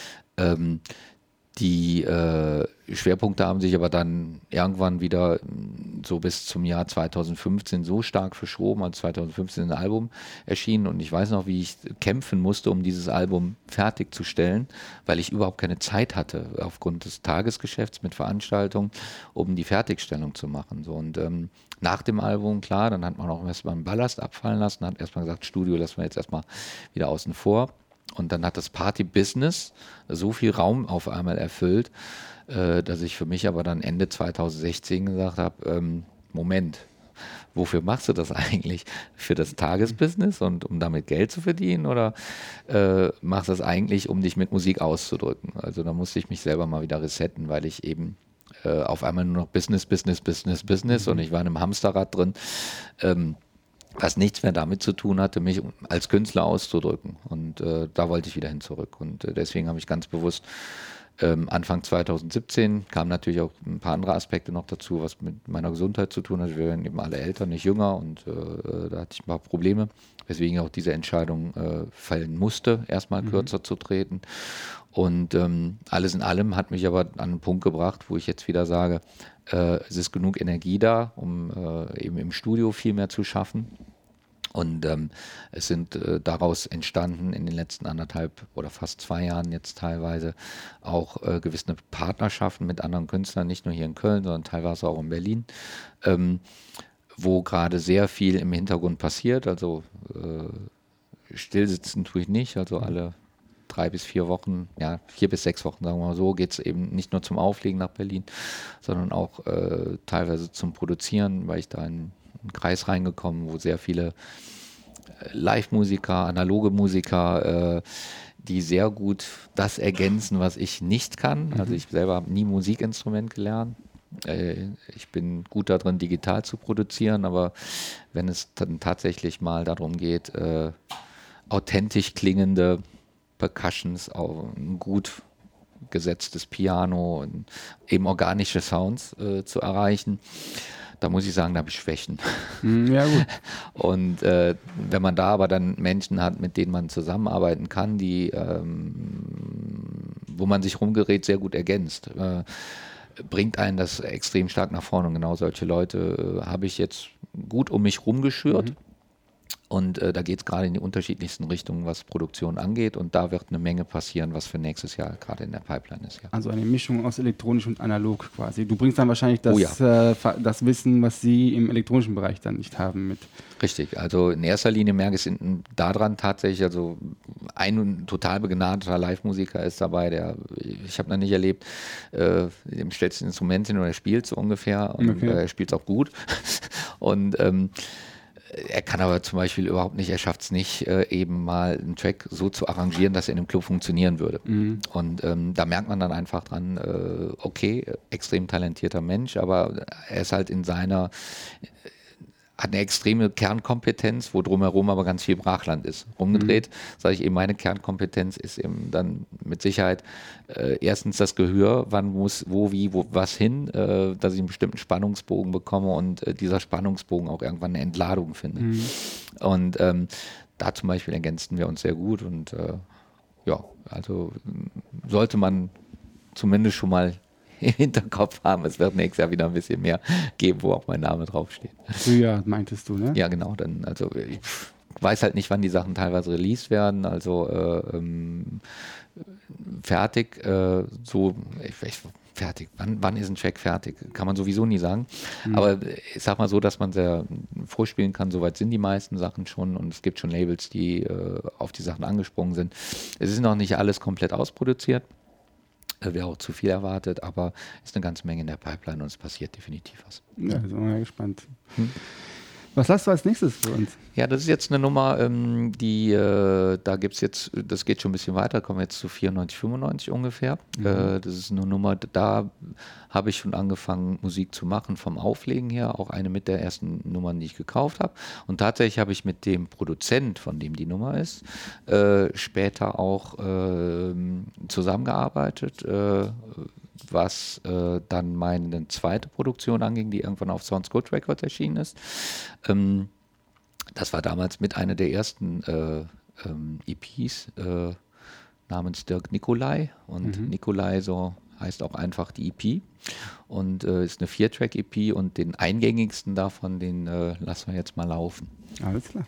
Die Schwerpunkte haben sich aber dann irgendwann wieder so bis zum Jahr 2015 so stark verschoben, als 2015 ein Album erschien und ich weiß noch, wie ich kämpfen musste, um dieses Album fertigzustellen, weil ich überhaupt keine Zeit hatte, aufgrund des Tagesgeschäfts mit Veranstaltungen, um die Fertigstellung zu machen. So, und nach dem Album, klar, dann hat man auch erstmal einen Ballast abfallen lassen, hat erstmal gesagt, Studio lassen wir jetzt erstmal wieder außen vor. Und dann hat das Party-Business so viel Raum auf einmal erfüllt, dass ich für mich aber dann Ende 2016 gesagt habe, Moment, wofür machst du das eigentlich? Für das Tagesbusiness und um damit Geld zu verdienen oder machst du das eigentlich, um dich mit Musik auszudrücken? Also da musste ich mich selber mal wieder resetten, weil ich eben auf einmal nur noch Business und ich war in einem Hamsterrad drin. Was nichts mehr damit zu tun hatte, mich als Künstler auszudrücken. Und da wollte ich wieder hin zurück. Und deswegen habe ich ganz bewusst Anfang 2017 kamen natürlich auch ein paar andere Aspekte noch dazu, was mit meiner Gesundheit zu tun hat. Wir werden eben alle älter, nicht jünger und da hatte ich ein paar Probleme, weswegen ich auch diese Entscheidung fällen musste, erstmal kürzer zu treten. Und alles in allem hat mich aber an einen Punkt gebracht, wo ich jetzt wieder sage, es ist genug Energie da, um eben im Studio viel mehr zu schaffen. Und es sind daraus entstanden in den letzten 1,5 oder fast 2 Jahren jetzt teilweise auch gewisse Partnerschaften mit anderen Künstlern, nicht nur hier in Köln, sondern teilweise auch in Berlin, wo gerade sehr viel im Hintergrund passiert. Also stillsitzen tue ich nicht, also alle 3 bis 4 Wochen, ja 4 bis 6 Wochen, sagen wir mal so, geht es eben nicht nur zum Auflegen nach Berlin, sondern auch teilweise zum Produzieren, weil ich da in einen Kreis reingekommen, wo sehr viele Live-Musiker, analoge Musiker, die sehr gut das ergänzen, was ich nicht kann. Also ich selber habe nie Musikinstrument gelernt. Ich bin gut darin, digital zu produzieren, aber wenn es dann tatsächlich mal darum geht, authentisch klingende Percussions, auch ein gut gesetztes Piano und eben organische Sounds zu erreichen, da muss ich sagen, da habe ich Schwächen. Ja, gut. Und wenn man da aber dann Menschen hat, mit denen man zusammenarbeiten kann, die, wo man sich rumgerät, sehr gut ergänzt, bringt einen das extrem stark nach vorne. Und genau solche Leute habe ich jetzt gut um mich rumgeschürt. Und da geht es gerade in die unterschiedlichsten Richtungen, was Produktion angeht. Und da wird eine Menge passieren, was für nächstes Jahr gerade in der Pipeline ist. Ja. Also eine Mischung aus elektronisch und analog quasi. Du bringst dann wahrscheinlich das Wissen, was Sie im elektronischen Bereich dann nicht haben, mit. Richtig. Also in erster Linie merke ich es daran tatsächlich, also ein total begnadeter Live-Musiker ist dabei, ich habe noch nicht erlebt, dem stellst du ein Instrument hin und er spielt so ungefähr. Und er spielt es auch gut. Und er kann aber zum Beispiel überhaupt nicht, er schafft es nicht, eben mal einen Track so zu arrangieren, dass er in einem Club funktionieren würde. Und da merkt man dann einfach dran, okay, extrem talentierter Mensch, aber er ist halt hat eine extreme Kernkompetenz, wo drumherum aber ganz viel Brachland ist. Umgedreht sage ich eben, meine Kernkompetenz ist eben dann mit Sicherheit erstens das Gehör, wann muss, wo, wie, wo, was hin, dass ich einen bestimmten Spannungsbogen bekomme und dieser Spannungsbogen auch irgendwann eine Entladung finde. Und da zum Beispiel ergänzten wir uns sehr gut und ja, also sollte man zumindest schon mal im Hinterkopf haben. Es wird nächstes Jahr wieder ein bisschen mehr geben, wo auch mein Name draufsteht. Frühjahr meintest du, ne? Ja, genau. Dann, also ich weiß halt nicht, wann die Sachen teilweise released werden. Also fertig, fertig. Wann ist ein Track fertig? Kann man sowieso nie sagen. Aber ich sag mal so, dass man sehr vorspielen kann. Soweit sind die meisten Sachen schon und es gibt schon Labels, die auf die Sachen angesprungen sind. Es ist noch nicht alles komplett ausproduziert. Wäre auch zu viel erwartet, aber es ist eine ganze Menge in der Pipeline und es passiert definitiv was. Ja, sind wir mal gespannt. Was hast du als nächstes für uns? Ja, das ist jetzt eine Nummer, da gibt es jetzt, das geht schon ein bisschen weiter, kommen wir jetzt zu 94, 95 ungefähr. Das ist eine Nummer, da habe ich schon angefangen, Musik zu machen, vom Auflegen her, auch eine mit der ersten Nummern, die ich gekauft habe. Und tatsächlich habe ich mit dem Produzent, von dem die Nummer ist, später auch zusammengearbeitet, was dann meine zweite Produktion anging, die irgendwann auf Sounds Good Records erschienen ist. Das war damals mit einer der ersten EPs namens Dirk Nicolai. Und Nicolai, so heißt auch einfach die EP. Und ist eine 4-Track-EP und den eingängigsten davon, den lassen wir jetzt mal laufen. Alles klar.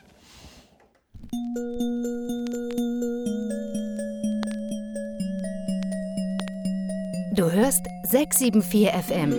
Du hörst 674 FM.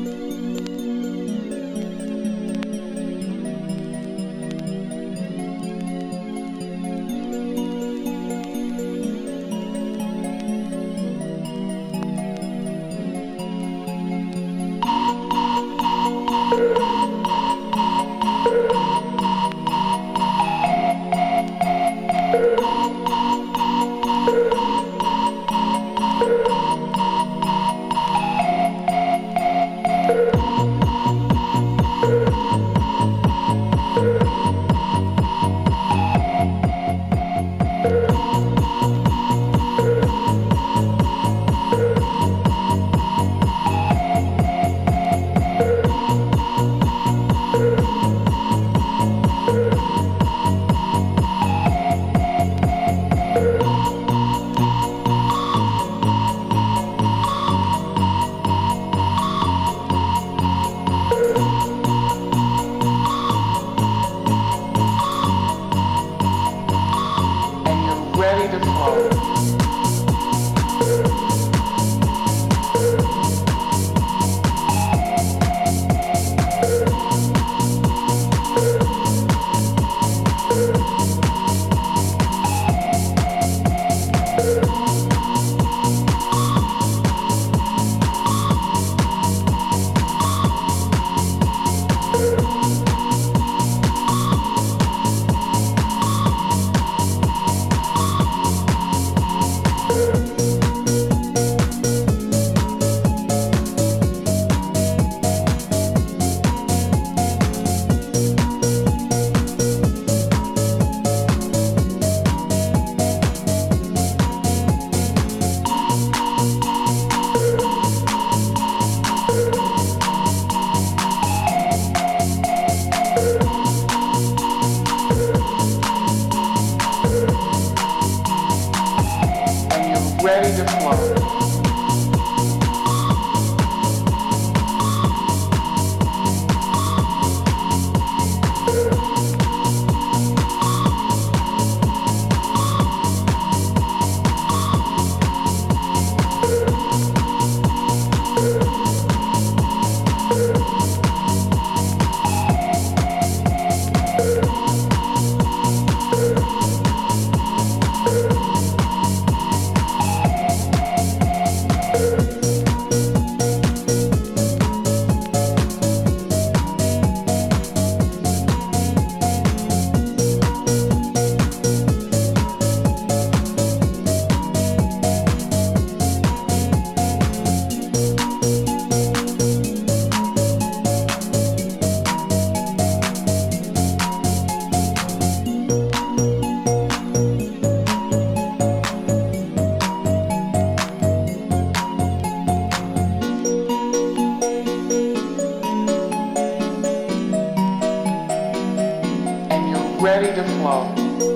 ready to flow.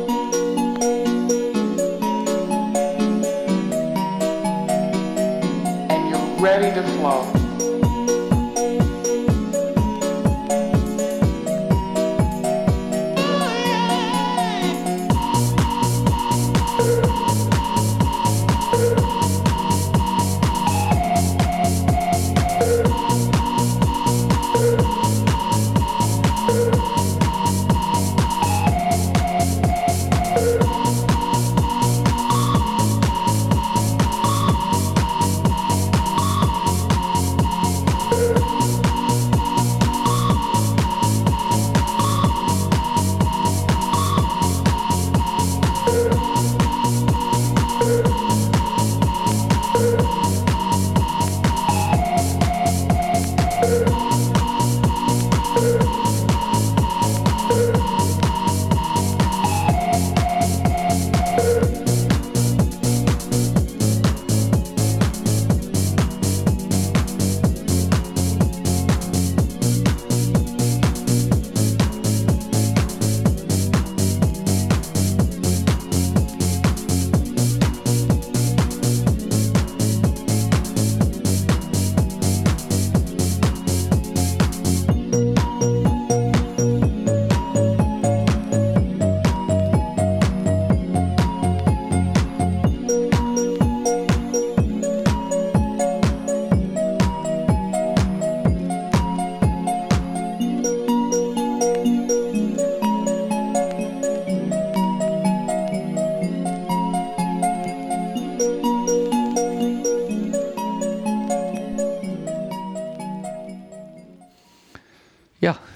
And you're ready to flow.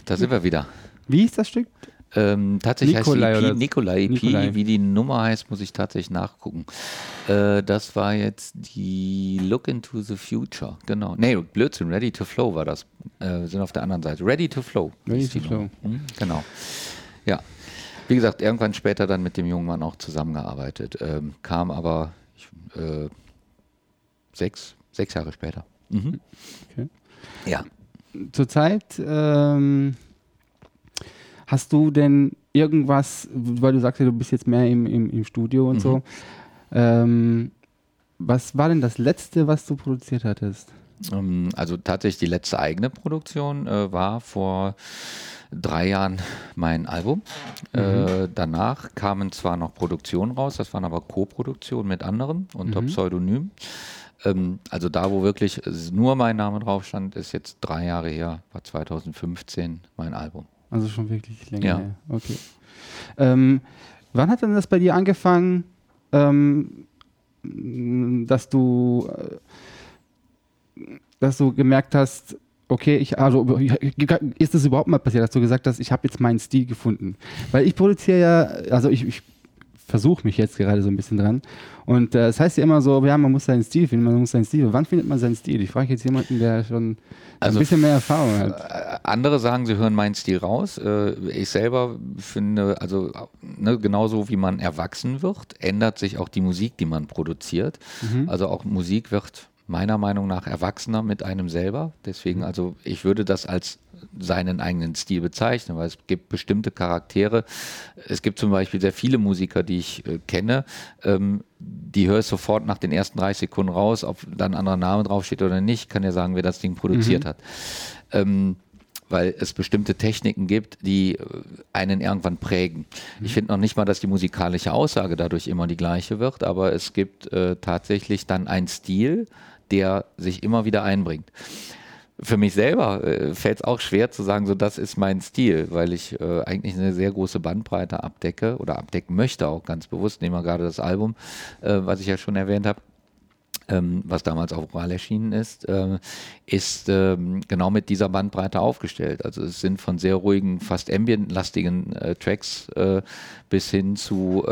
Da sind wir wieder. Wie hieß das Stück? Tatsächlich Nikolai heißt die oder EP, Nikolai EP, Nikolai. wie die Nummer heißt, muss ich tatsächlich nachgucken. Das war jetzt die Look into the Future, genau. Nee, Blödsinn, Ready to Flow war das. Sind auf der anderen Seite. Ready to Flow. Ready hieß die to Flow. Nummer. Genau. Ja. Wie gesagt, irgendwann später dann mit dem jungen Mann auch zusammengearbeitet. Kam aber 6 Jahre später. Mhm. Okay. Ja. Zurzeit hast du denn irgendwas, weil du sagst ja, du bist jetzt mehr im Studio und so. Was war denn das Letzte, was du produziert hattest? Also tatsächlich die letzte eigene Produktion war vor 3 Jahren mein Album. Danach kamen zwar noch Produktionen raus, das waren aber Co-Produktionen mit anderen unter Pseudonym. Also da, wo wirklich nur mein Name drauf stand, ist jetzt 3 Jahre her, war 2015 mein Album. Also schon wirklich länger Ja. her. Okay. Wann hat denn das bei dir angefangen, dass du gemerkt hast, okay, ist das überhaupt mal passiert, dass du gesagt hast, ich habe jetzt meinen Stil gefunden? Weil ich produziere ja, also ich versuche mich jetzt gerade so ein bisschen dran. Und es heißt ja immer so, ja, man muss seinen Stil finden, man muss seinen Stil. Wann findet man seinen Stil? Ich frage jetzt jemanden, der schon ein bisschen mehr Erfahrung hat. Andere sagen, sie hören meinen Stil raus. Ich selber finde, also genauso wie man erwachsen wird, ändert sich auch die Musik, die man produziert. Also auch Musik wird meiner Meinung nach erwachsener mit einem selber. Deswegen, also ich würde das als seinen eigenen Stil bezeichnen, weil es gibt bestimmte Charaktere. Es gibt zum Beispiel sehr viele Musiker, die ich kenne, die höre ich sofort nach den ersten 30 Sekunden raus, ob da ein anderer Name draufsteht oder nicht, kann ja sagen, wer das Ding produziert hat. Weil es bestimmte Techniken gibt, die einen irgendwann prägen. Ich finde noch nicht mal, dass die musikalische Aussage dadurch immer die gleiche wird, aber es gibt tatsächlich dann einen Stil, der sich immer wieder einbringt. Für mich selber fällt es auch schwer zu sagen, so das ist mein Stil, weil ich eigentlich eine sehr große Bandbreite abdecke oder abdecken möchte auch ganz bewusst. Nehmen wir gerade das Album, was ich ja schon erwähnt habe, was damals auf Oral erschienen ist genau mit dieser Bandbreite aufgestellt. Also es sind von sehr ruhigen, fast ambient-lastigen Tracks bis hin zu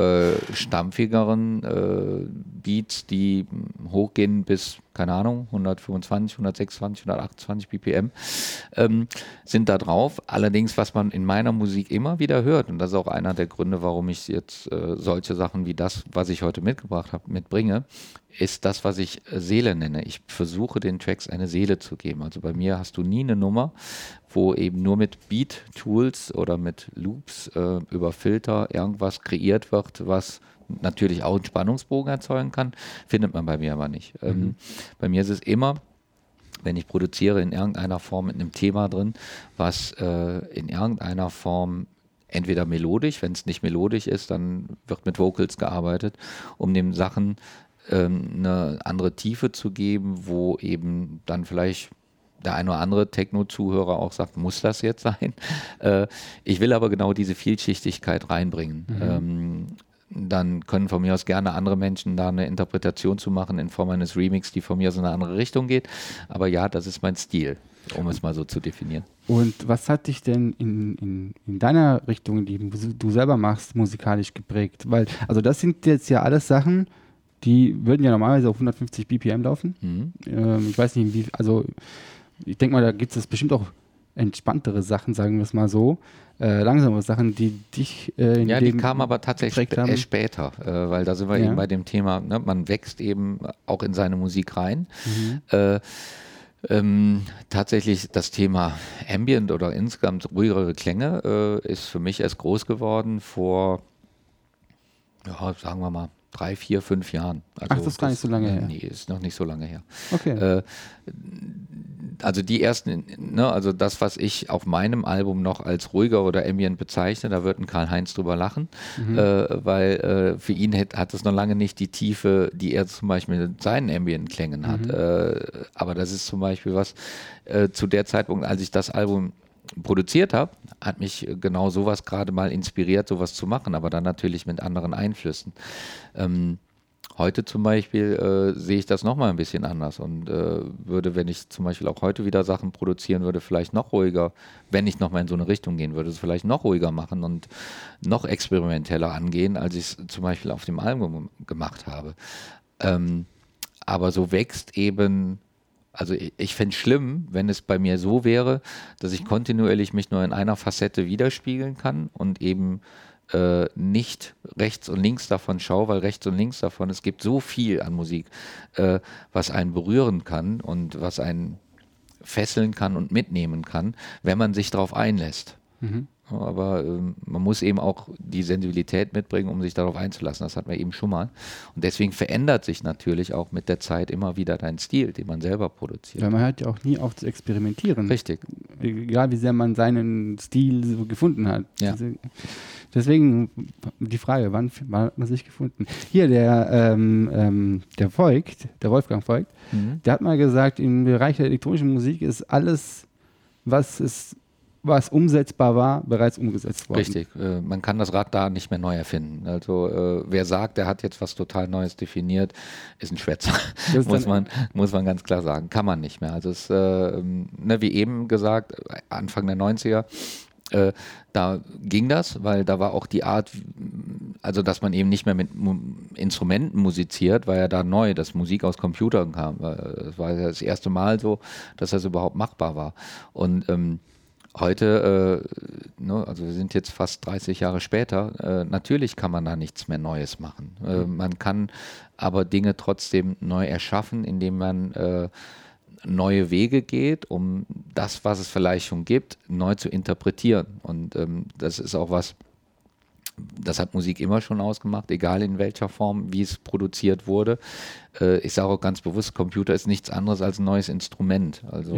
stampfigeren Beats, die hochgehen bis, keine Ahnung, 125, 126, 128 BPM sind da drauf. Allerdings, was man in meiner Musik immer wieder hört, und das ist auch einer der Gründe, warum ich jetzt solche Sachen wie das, was ich heute mitgebracht habe, mitbringe, ist das, was ich Seele nenne. Ich versuche den Tracks eine Seele zu geben. Also bei mir hast du nie eine Nummer, wo eben nur mit Beat-Tools oder mit Loops über Filter irgendwas kreiert wird, was natürlich auch einen Spannungsbogen erzeugen kann, findet man bei mir aber nicht. Bei mir ist es immer, wenn ich produziere, in irgendeiner Form mit einem Thema drin, was in irgendeiner Form entweder melodisch, wenn es nicht melodisch ist, dann wird mit Vocals gearbeitet, um den Sachen eine andere Tiefe zu geben, wo eben dann vielleicht der ein oder andere Techno-Zuhörer auch sagt, muss das jetzt sein? Ich will aber genau diese Vielschichtigkeit reinbringen. Dann können von mir aus gerne andere Menschen da eine Interpretation zu machen in Form eines Remix, die von mir aus in eine andere Richtung geht. Aber ja, das ist mein Stil, um es mal so zu definieren. Und was hat dich denn in deiner Richtung, die du selber machst, musikalisch geprägt? Weil, also das sind jetzt ja alles Sachen, die würden ja normalerweise auf 150 BPM laufen. Ich weiß nicht, wie, also ich denke mal, da gibt es bestimmt auch entspanntere Sachen, sagen wir es mal so. Langsame Sachen, die dich ja, die kamen aber tatsächlich erst später, weil da sind wir eben bei dem Thema, ne? Man wächst eben auch in seine Musik rein. Tatsächlich das Thema Ambient oder insgesamt ruhigere Klänge ist für mich erst groß geworden vor, ja, sagen wir mal, 3, 4, 5 Jahren. Also das ist gar nicht so lange her? Nee, ist noch nicht so lange her. Okay. Also die ersten, ne, also das, was ich auf meinem Album noch als ruhiger oder Ambient bezeichne, da wird ein Karl-Heinz drüber lachen, weil für ihn hat es noch lange nicht die Tiefe, die er zum Beispiel mit seinen Ambient-Klängen hat. Aber das ist zum Beispiel was, zu der Zeitpunkt, als ich das Album produziert habe, hat mich genau sowas gerade mal inspiriert, sowas zu machen, aber dann natürlich mit anderen Einflüssen. Heute zum Beispiel sehe ich das nochmal ein bisschen anders und würde, wenn ich zum Beispiel auch heute wieder Sachen produzieren würde, vielleicht noch ruhiger, wenn ich nochmal in so eine Richtung gehen würde, es vielleicht noch ruhiger machen und noch experimenteller angehen, als ich es zum Beispiel auf dem Album gemacht habe. Aber so wächst eben, also ich fände es schlimm, wenn es bei mir so wäre, dass ich kontinuierlich mich nur in einer Facette widerspiegeln kann und eben nicht rechts und links davon schaue, weil rechts und links davon, es gibt so viel an Musik, was einen berühren kann und was einen fesseln kann und mitnehmen kann, wenn man sich darauf einlässt. Aber man muss eben auch die Sensibilität mitbringen, um sich darauf einzulassen. Das hatten wir eben schon mal. Und deswegen verändert sich natürlich auch mit der Zeit immer wieder dein Stil, den man selber produziert. Weil man hört ja auch nie auf zu experimentieren. Richtig. Egal wie sehr man seinen Stil so gefunden hat. Ja. Deswegen die Frage, wann hat man sich gefunden? Hier, der Wolfgang Voigt, der hat mal gesagt, im Bereich der elektronischen Musik ist alles, was umsetzbar war, bereits umgesetzt worden. Richtig, man kann das Rad da nicht mehr neu erfinden. Also wer sagt, er hat jetzt was total Neues definiert, ist ein Schwätzer, muss man ganz klar sagen. Kann man nicht mehr. Also es, wie eben gesagt, Anfang der 90er, da ging das, weil da war auch die Art, also dass man eben nicht mehr mit Instrumenten musiziert, war ja da neu, dass Musik aus Computern kam. Das war ja das erste Mal so, dass das überhaupt machbar war. Und heute, also wir sind jetzt fast 30 Jahre später, natürlich kann man da nichts mehr Neues machen. Man kann aber Dinge trotzdem neu erschaffen, indem man neue Wege geht, um das, was es vielleicht schon gibt, neu zu interpretieren. Und das ist auch was, das hat Musik immer schon ausgemacht, egal in welcher Form, wie es produziert wurde. Ich sage auch ganz bewusst, Computer ist nichts anderes als ein neues Instrument. Also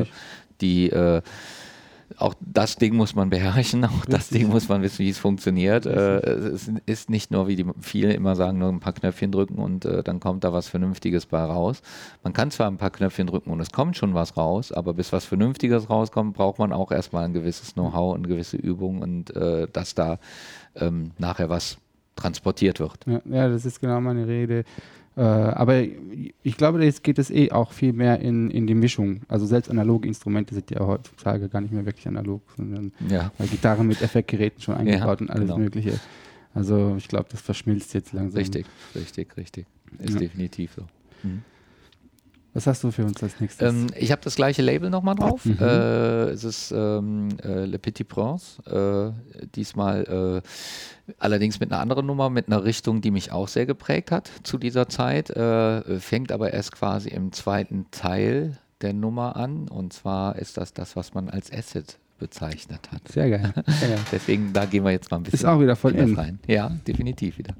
auch das Ding muss man beherrschen, auch das Ding muss man wissen, wie es funktioniert. Es ist nicht nur, wie die viele immer sagen, nur ein paar Knöpfchen drücken und dann kommt da was Vernünftiges bei raus. Man kann zwar ein paar Knöpfchen drücken und es kommt schon was raus, aber bis was Vernünftiges rauskommt, braucht man auch erstmal ein gewisses Know-how und eine gewisse Übung und dass da nachher was transportiert wird. Ja, das ist genau meine Rede. Aber ich glaube, jetzt geht es auch viel mehr in die Mischung. Also selbst analoge Instrumente sind ja heutzutage gar nicht mehr wirklich analog, sondern Gitarren mit Effektgeräten schon eingebaut und alles Mögliche. Also ich glaube, das verschmilzt jetzt langsam. Richtig. Ist definitiv so. Was hast du für uns als nächstes? Ich habe das gleiche Label nochmal drauf. Es ist Le Petit Prince. Diesmal allerdings mit einer anderen Nummer, mit einer Richtung, die mich auch sehr geprägt hat zu dieser Zeit. Fängt aber erst quasi im zweiten Teil der Nummer an. Und zwar ist das, was man als Acid bezeichnet hat. Sehr geil. Deswegen, da gehen wir jetzt mal ein bisschen ist auch wieder voll rein. Ja, definitiv wieder.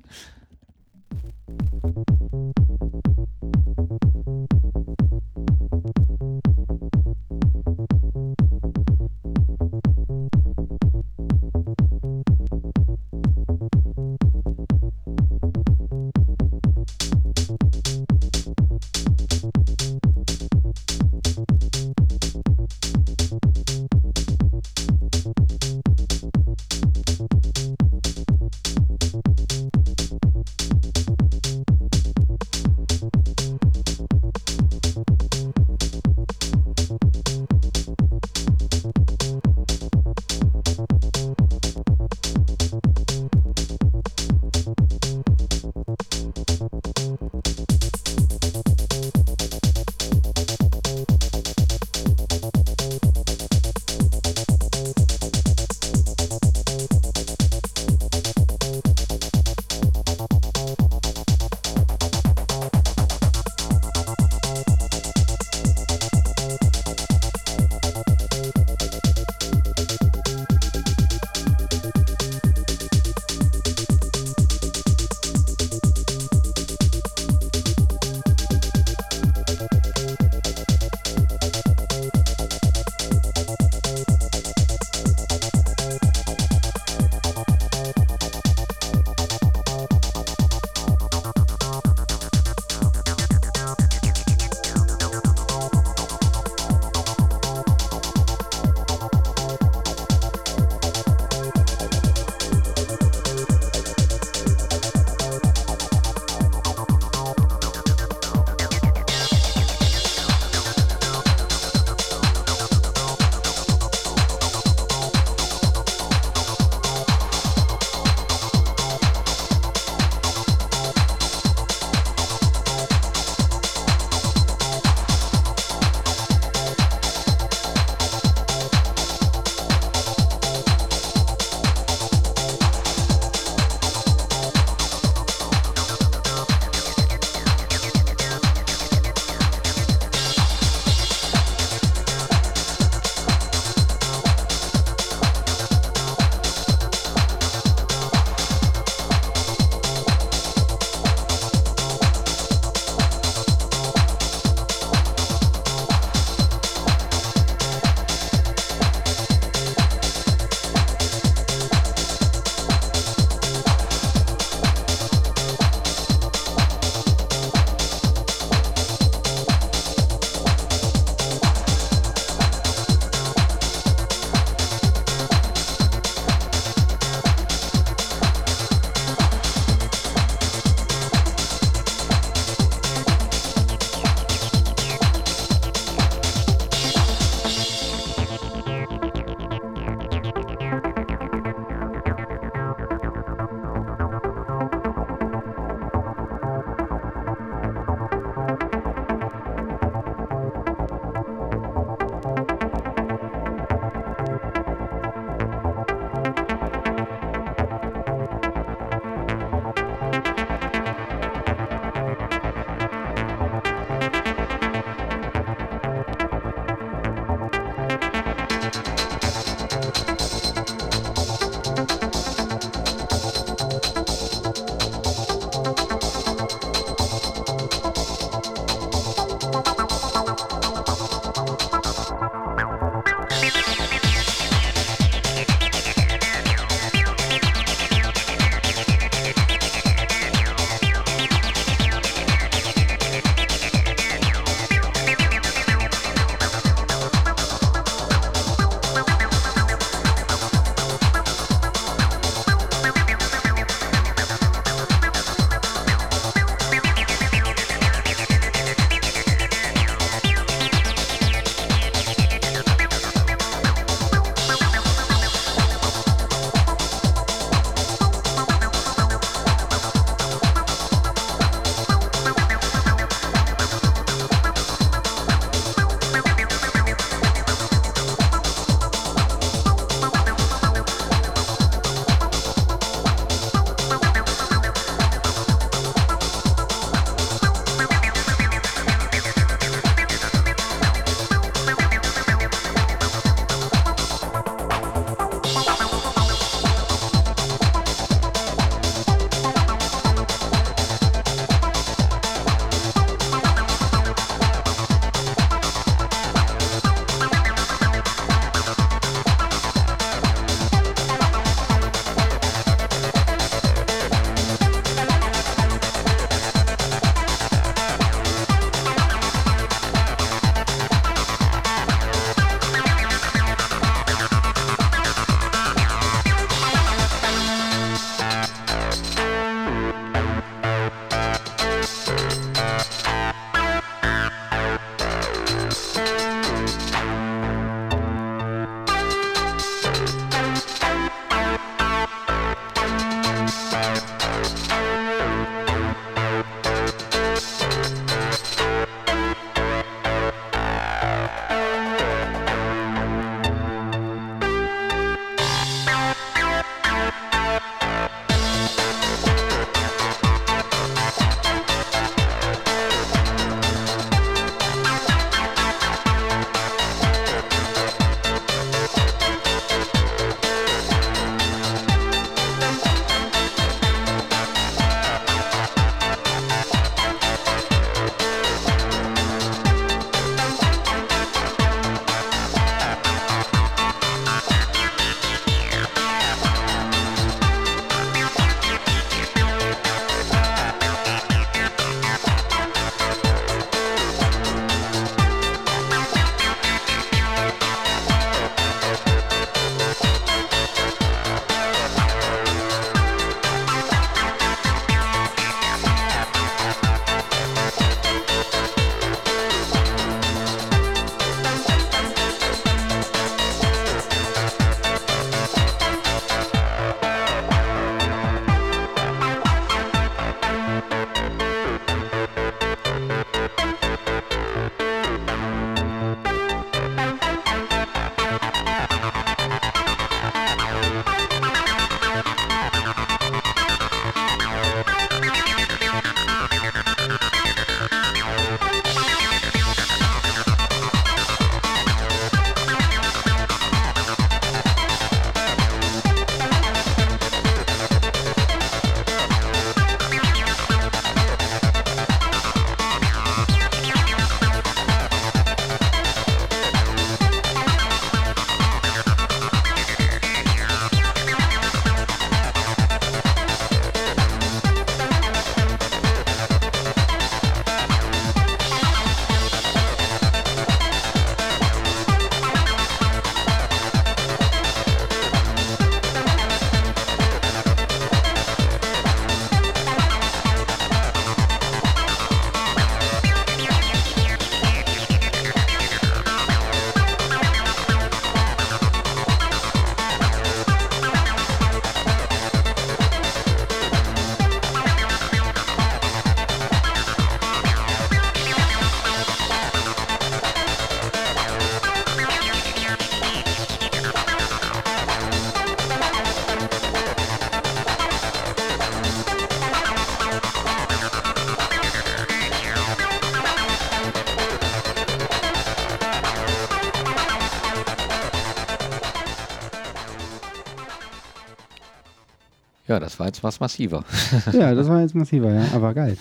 Ja, das war jetzt was massiver. Ja, das war jetzt massiver, ja, aber geil.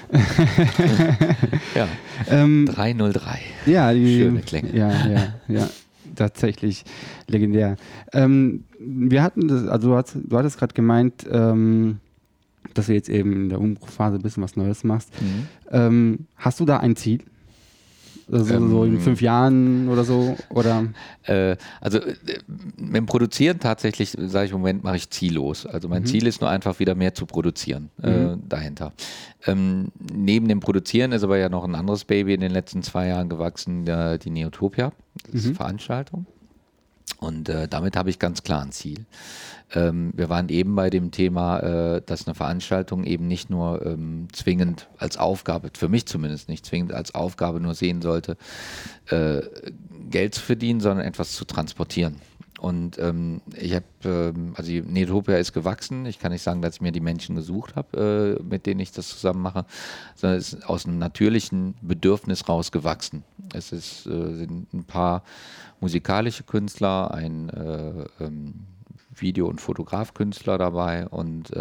Ja, 303. Ja, Schöne Klänge. Ja, tatsächlich legendär. Wir hatten das, also du hattest gerade gemeint, dass du jetzt eben in der Umbruchphase ein bisschen was Neues machst. Hast du da ein Ziel? Also so in 5 Jahren oder so? Oder? Mit dem Produzieren tatsächlich, sage ich im Moment, mache ich ziellos. Also mein Ziel ist nur einfach wieder mehr zu produzieren dahinter. Neben dem Produzieren ist aber ja noch ein anderes Baby in den letzten 2 Jahren gewachsen, die Neotopia, das ist Veranstaltung. Und damit habe ich ganz klar ein Ziel. Wir waren eben bei dem Thema, dass eine Veranstaltung eben nicht nur zwingend als Aufgabe, für mich zumindest nicht zwingend als Aufgabe nur sehen sollte, Geld zu verdienen, sondern etwas zu transportieren. Und ich habe, also Neotopia ist gewachsen. Ich kann nicht sagen, dass ich mir die Menschen gesucht habe, mit denen ich das zusammen mache, sondern es ist aus einem natürlichen Bedürfnis raus gewachsen. Es sind ein paar musikalische Künstler, ein Video- und Fotografkünstler dabei und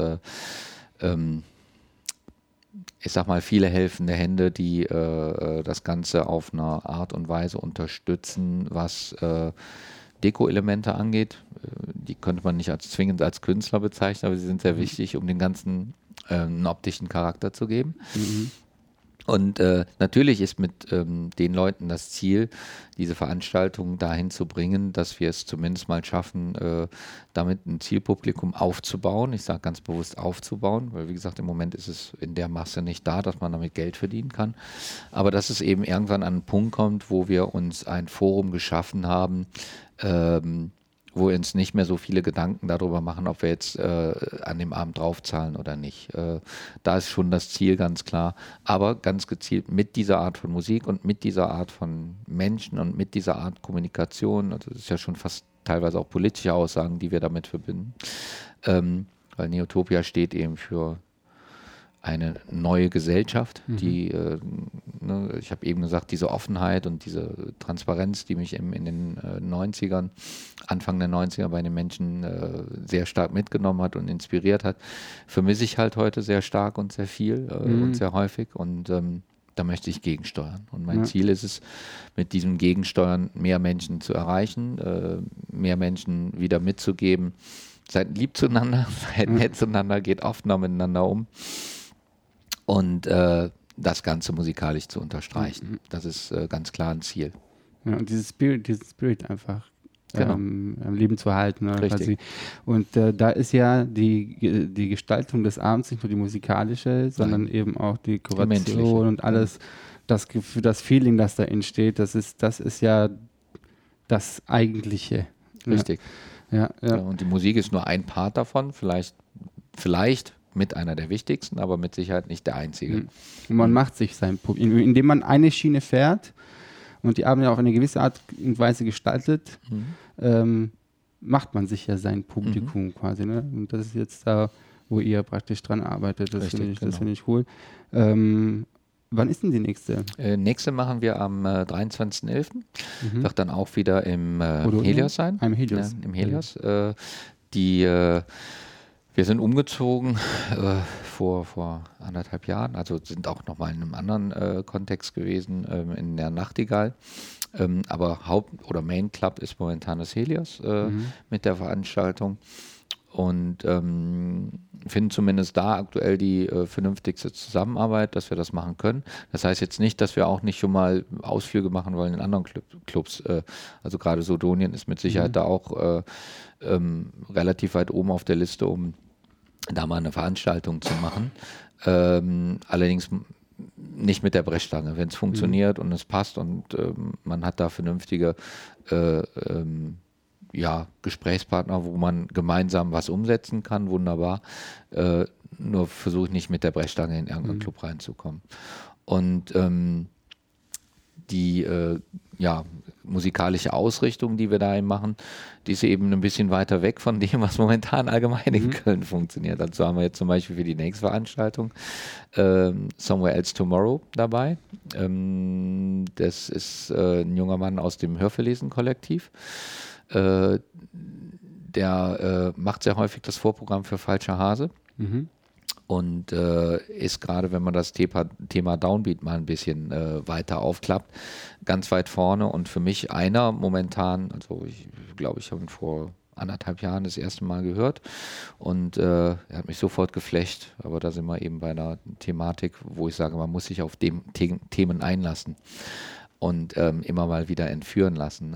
ich sag mal, viele helfende Hände, die das Ganze auf eine Art und Weise unterstützen, was Deko-Elemente angeht. Die könnte man nicht zwingend als Künstler bezeichnen, aber sie sind sehr wichtig, um den ganzen einen optischen Charakter zu geben. Und natürlich ist mit den Leuten das Ziel, diese Veranstaltung dahin zu bringen, dass wir es zumindest mal schaffen, damit ein Zielpublikum aufzubauen. Ich sage ganz bewusst aufzubauen, weil wie gesagt, im Moment ist es in der Masse nicht da, dass man damit Geld verdienen kann. Aber dass es eben irgendwann an einen Punkt kommt, wo wir uns ein Forum geschaffen haben, wo wir uns nicht mehr so viele Gedanken darüber machen, ob wir jetzt an dem Abend draufzahlen oder nicht. Da ist schon das Ziel ganz klar, aber ganz gezielt mit dieser Art von Musik und mit dieser Art von Menschen und mit dieser Art Kommunikation, also das ist ja schon fast teilweise auch politische Aussagen, die wir damit verbinden, weil Neotopia steht eben für eine neue Gesellschaft, die, ich habe eben gesagt, diese Offenheit und diese Transparenz, die mich in den 90ern, Anfang der 90er bei den Menschen sehr stark mitgenommen hat und inspiriert hat, vermisse ich halt heute sehr stark und sehr viel und sehr häufig und da möchte ich gegensteuern. Und mein Ziel ist es, mit diesem Gegensteuern mehr Menschen zu erreichen, mehr Menschen wieder mitzugeben, seid lieb zueinander, seid nett zueinander, geht offener miteinander um. Und das Ganze musikalisch zu unterstreichen. Das ist ganz klar ein Ziel. Ja, und diesen Spirit einfach am Leben zu halten. Richtig. Quasi. Und da ist ja die Gestaltung des Abends nicht nur die musikalische, sondern eben auch die Kuration und alles, für das Feeling, das da entsteht, das ist ja das Eigentliche. Richtig. Ja. Und die Musik ist nur ein Part davon, vielleicht mit einer der wichtigsten, aber mit Sicherheit nicht der einzige. Und man macht sich sein Publikum, indem man eine Schiene fährt und die Abende auf eine gewisse Art und Weise gestaltet, macht man sich ja sein Publikum quasi. Ne? Und das ist jetzt da, wo ihr praktisch dran arbeitet. Das finde ich cool. Wann ist denn die nächste? Nächste machen wir am 23.11. Wird dann auch wieder im Helios sein. Im Helios. Ja, im Helios. Wir sind umgezogen vor 1,5 Jahren, also sind auch nochmal in einem anderen Kontext gewesen, in der Nachtigall. Aber Main Club ist momentan das Helios mit der Veranstaltung. Und finden zumindest da aktuell die vernünftigste Zusammenarbeit, dass wir das machen können. Das heißt jetzt nicht, dass wir auch nicht schon mal Ausflüge machen wollen in anderen Clubs. Also gerade Sodonien ist mit Sicherheit da auch relativ weit oben auf der Liste, um da mal eine Veranstaltung zu machen. Allerdings nicht mit der Brechstange. Wenn es funktioniert und es passt und man hat da vernünftige Gesprächspartner, wo man gemeinsam was umsetzen kann, wunderbar. Nur versuche nicht mit der Brechstange in irgendeinen Club reinzukommen. Und die musikalische Ausrichtung, die wir da eben machen, die ist eben ein bisschen weiter weg von dem, was momentan allgemein in Köln funktioniert. Also haben wir jetzt zum Beispiel für die nächste Veranstaltung Somewhere Else Tomorrow dabei. Das ist ein junger Mann aus dem Hörverlesen-Kollektiv, der macht sehr häufig das Vorprogramm für Falscher Hase. Und ist gerade, wenn man das Thema Downbeat mal ein bisschen weiter aufklappt, ganz weit vorne und für mich einer momentan, also ich glaube, ich habe ihn vor 1,5 Jahren das erste Mal gehört und er hat mich sofort geflecht, aber da sind wir eben bei einer Thematik, wo ich sage, man muss sich auf Themen einlassen und immer mal wieder entführen lassen.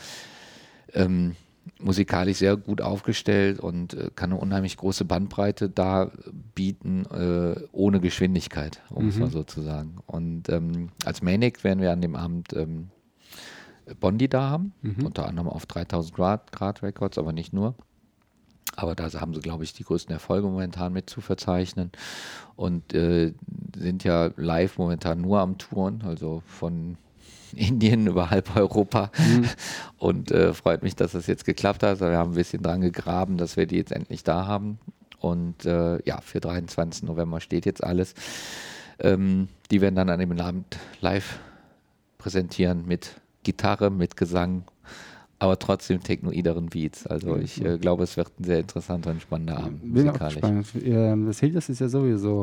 Musikalisch sehr gut aufgestellt und kann eine unheimlich große Bandbreite da bieten, ohne Geschwindigkeit, um es mal so zu sagen. Und als Manic werden wir an dem Abend Bondi da haben, unter anderem auf 3000 Grad Records, aber nicht nur. Aber da haben sie, glaube ich, die größten Erfolge momentan mit zu verzeichnen und sind ja live momentan nur am Touren, also von Indien über halb Europa und freut mich, dass das jetzt geklappt hat. Wir haben ein bisschen dran gegraben, dass wir die jetzt endlich da haben und ja, für 23. November steht jetzt alles. Die werden dann an dem Abend live präsentieren mit Gitarre, mit Gesang, aber trotzdem technoideren Beats. Also ich glaube, es wird ein sehr interessanter und spannender Abend musikalisch. Das Helios ist ja sowieso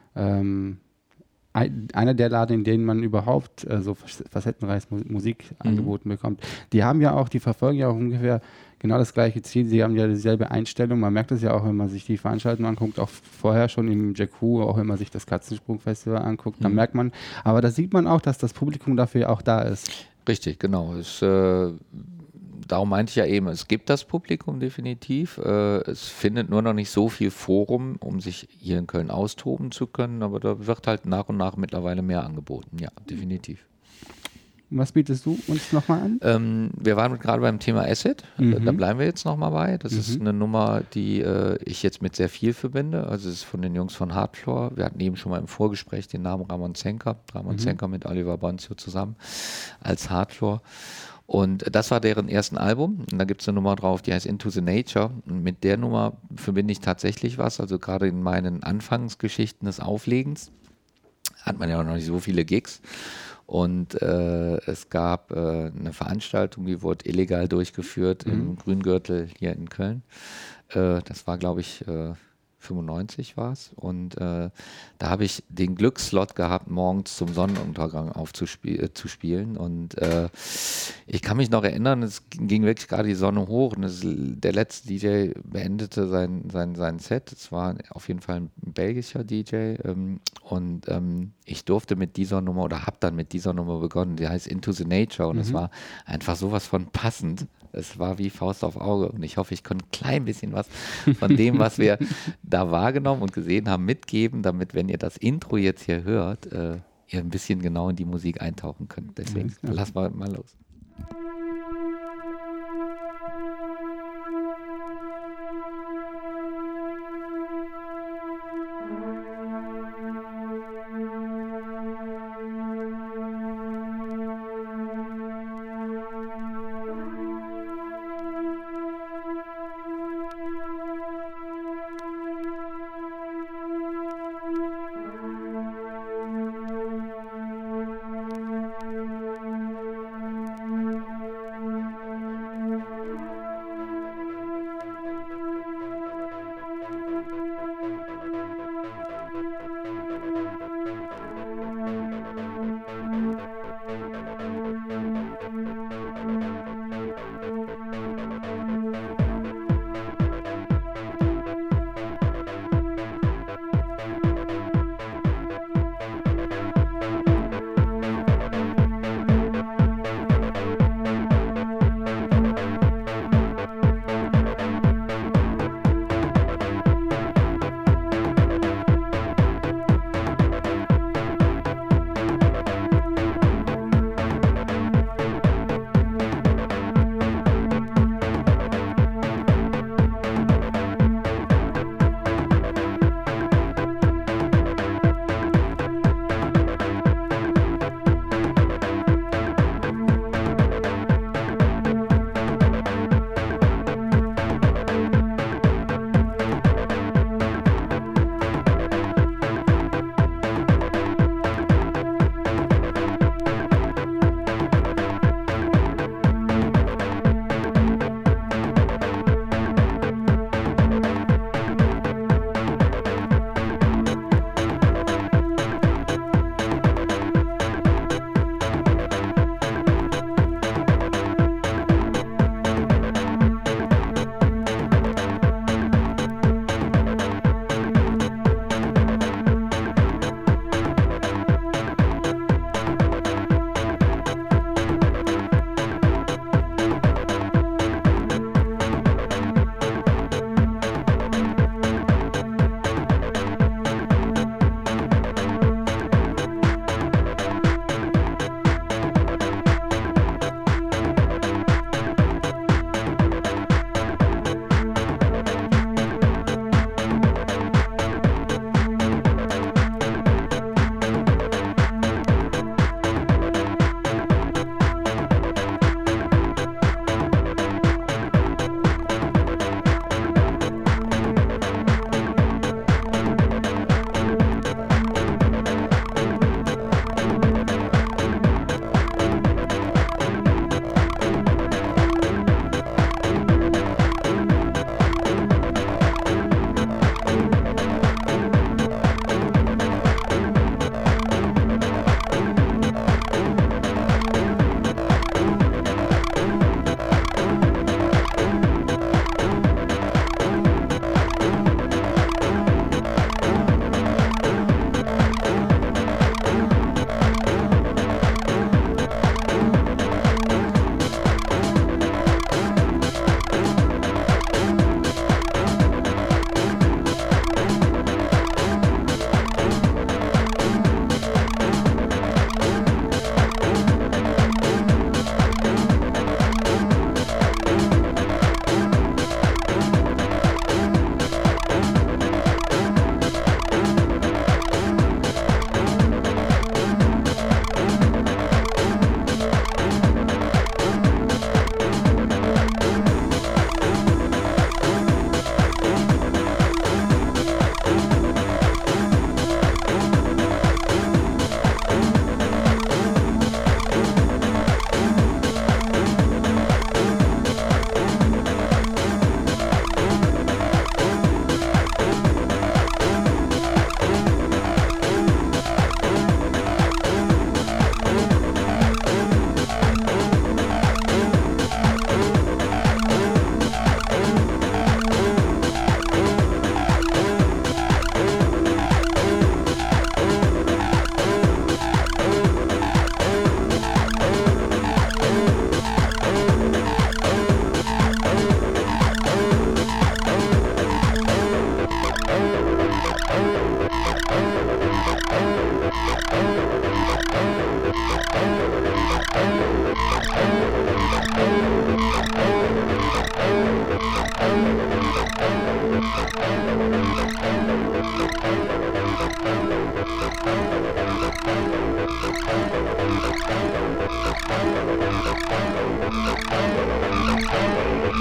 einer der Laden, in denen man überhaupt so facettenreich Musik angeboten bekommt. Die haben ja auch, die verfolgen ja auch ungefähr genau das gleiche Ziel. Sie haben ja dieselbe Einstellung. Man merkt es ja auch, wenn man sich die Veranstaltung anguckt, auch vorher schon im Jakku, auch wenn man sich das Katzensprung-Festival anguckt, dann merkt man, aber da sieht man auch, dass das Publikum dafür auch da ist. Richtig, genau. Darum meinte ich ja eben, es gibt das Publikum definitiv. Es findet nur noch nicht so viel Forum, um sich hier in Köln austoben zu können, aber da wird halt nach und nach mittlerweile mehr angeboten. Ja, definitiv. Was bietest du uns nochmal an? Wir waren gerade beim Thema Acid, da bleiben wir jetzt nochmal bei. Das ist eine Nummer, die ich jetzt mit sehr viel verbinde. Also es ist von den Jungs von Hardfloor. Wir hatten eben schon mal im Vorgespräch den Namen Ramon Zenker mit Oliver Bonzio zusammen als Hardfloor. Und das war deren ersten Album. Und da gibt es eine Nummer drauf, die heißt Into the Nature. Und mit der Nummer verbinde ich tatsächlich was. Also gerade in meinen Anfangsgeschichten des Auflegens hat man ja noch nicht so viele Gigs. Und es gab eine Veranstaltung, die wurde illegal durchgeführt im Grüngürtel hier in Köln. Das war, glaube ich, 95 war es. Und da habe ich den Glücksslot gehabt, morgens zum Sonnenuntergang zu spielen. Und ich kann mich noch erinnern, es ging wirklich gerade die Sonne hoch und der letzte DJ beendete sein Set. Es war auf jeden Fall ein belgischer DJ. Und ich durfte mit dieser Nummer oder habe dann mit dieser Nummer begonnen. Die heißt Into the Nature und es war einfach sowas von passend. Es war wie Faust auf Auge und ich hoffe, ich konnte ein klein bisschen was von dem, was wir da wahrgenommen und gesehen haben, mitgeben, damit, wenn ihr das Intro jetzt hier hört, ihr ein bisschen genau in die Musik eintauchen könnt. Deswegen lassen wir mal los.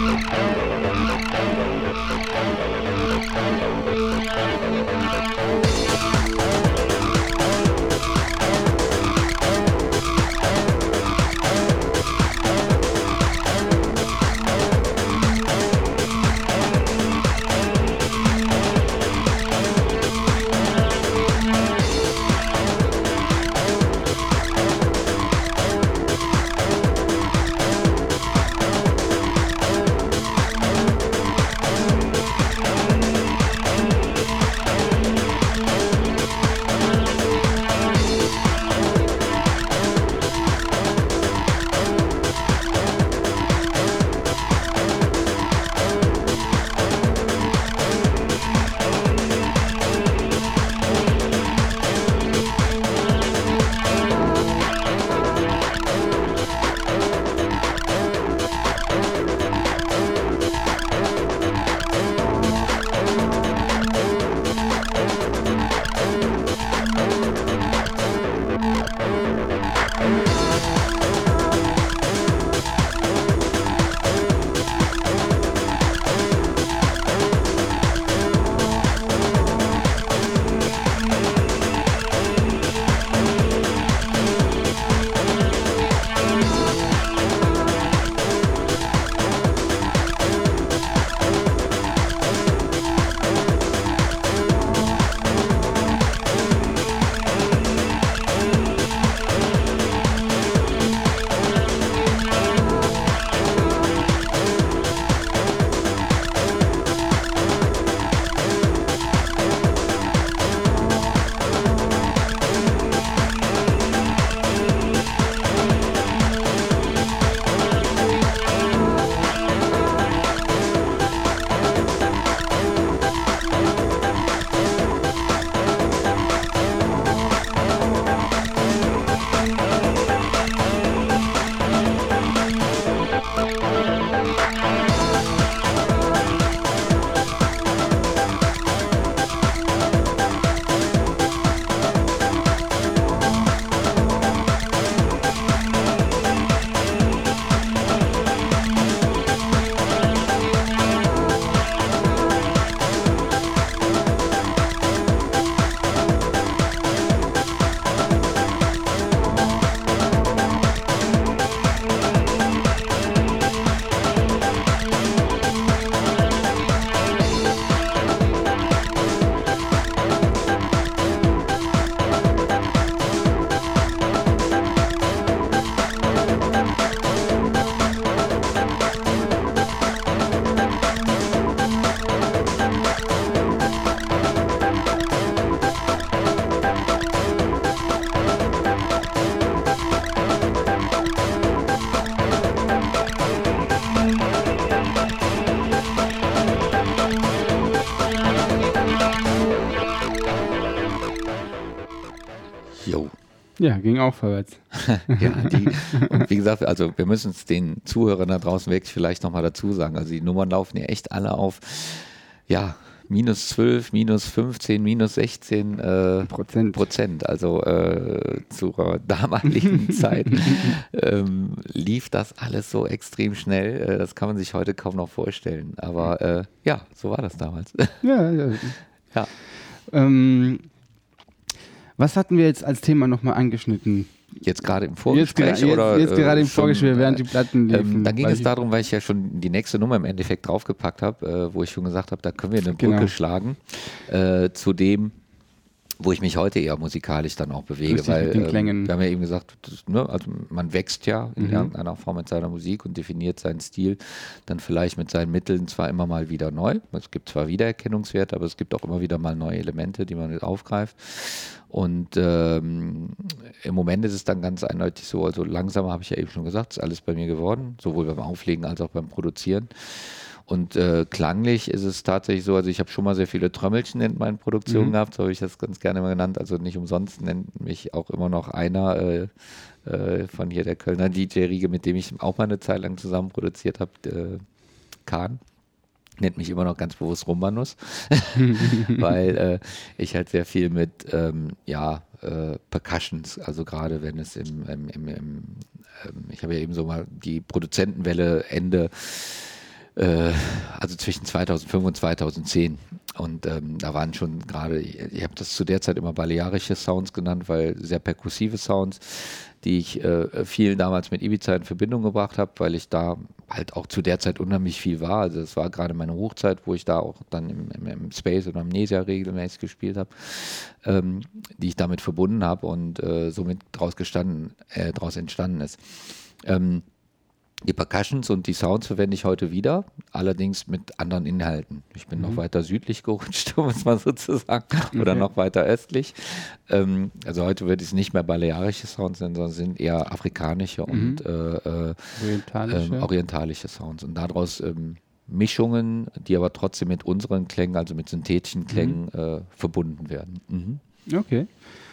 Ja, ging auch vorwärts. Ja, und wie gesagt, also wir müssen es den Zuhörern da draußen wirklich vielleicht nochmal dazu sagen. Also die Nummern laufen ja echt alle auf, ja, -12, -15, -16 Prozent. Also zur damaligen Zeit lief das alles so extrem schnell. Das kann man sich heute kaum noch vorstellen. Aber ja, so war das damals. Ja. Ja. Was hatten wir jetzt als Thema nochmal angeschnitten? Jetzt gerade im Vorgespräch? Jetzt gerade im Vorgespräch, während die Platten liefen. Da ging es darum, weil ich ja schon die nächste Nummer im Endeffekt draufgepackt habe, wo ich schon gesagt habe, da können wir eine Brücke schlagen zu dem, wo ich mich heute eher musikalisch dann auch bewege. Richtig, weil mit den Klängen. wir haben ja eben gesagt, also man wächst ja in irgendeiner Form mit seiner Musik und definiert seinen Stil dann vielleicht mit seinen Mitteln zwar immer mal wieder neu. Es gibt zwar Wiedererkennungswerte, aber es gibt auch immer wieder mal neue Elemente, die man mit aufgreift. Und im Moment ist es dann ganz eindeutig so, also langsam habe ich ja eben schon gesagt, ist alles bei mir geworden, sowohl beim Auflegen als auch beim Produzieren. Und klanglich ist es tatsächlich so, also ich habe schon mal sehr viele Trommelchen in meinen Produktionen gehabt, so habe ich das ganz gerne mal genannt, also nicht umsonst nennt mich auch immer noch einer von hier, der Kölner DJ-Riege, mit dem ich auch mal eine Zeit lang zusammen produziert habe, Kahn. Nennt mich immer noch ganz bewusst Rumbanus, weil ich halt sehr viel mit Percussions, also gerade wenn es ich habe ja eben so mal die Produzentenwelle Ende Also zwischen 2005 und 2010. Und da waren schon gerade, ich habe das zu der Zeit immer balearische Sounds genannt, weil sehr perkussive Sounds, die ich vielen damals mit Ibiza in Verbindung gebracht habe, weil ich da halt auch zu der Zeit unheimlich viel war. Also das war gerade meine Hochzeit, wo ich da auch dann im Space und Amnesia regelmäßig gespielt habe, die ich damit verbunden habe und somit daraus entstanden ist. Die Percussions und die Sounds verwende ich heute wieder, allerdings mit anderen Inhalten. Ich bin noch weiter südlich gerutscht, um es mal so zu sagen, oder noch weiter östlich. Also heute wird es nicht mehr balearische Sounds nennen, sondern sind eher afrikanische und orientalische Sounds. Und daraus Mischungen, die aber trotzdem mit unseren Klängen, also mit synthetischen Klängen verbunden werden. Okay.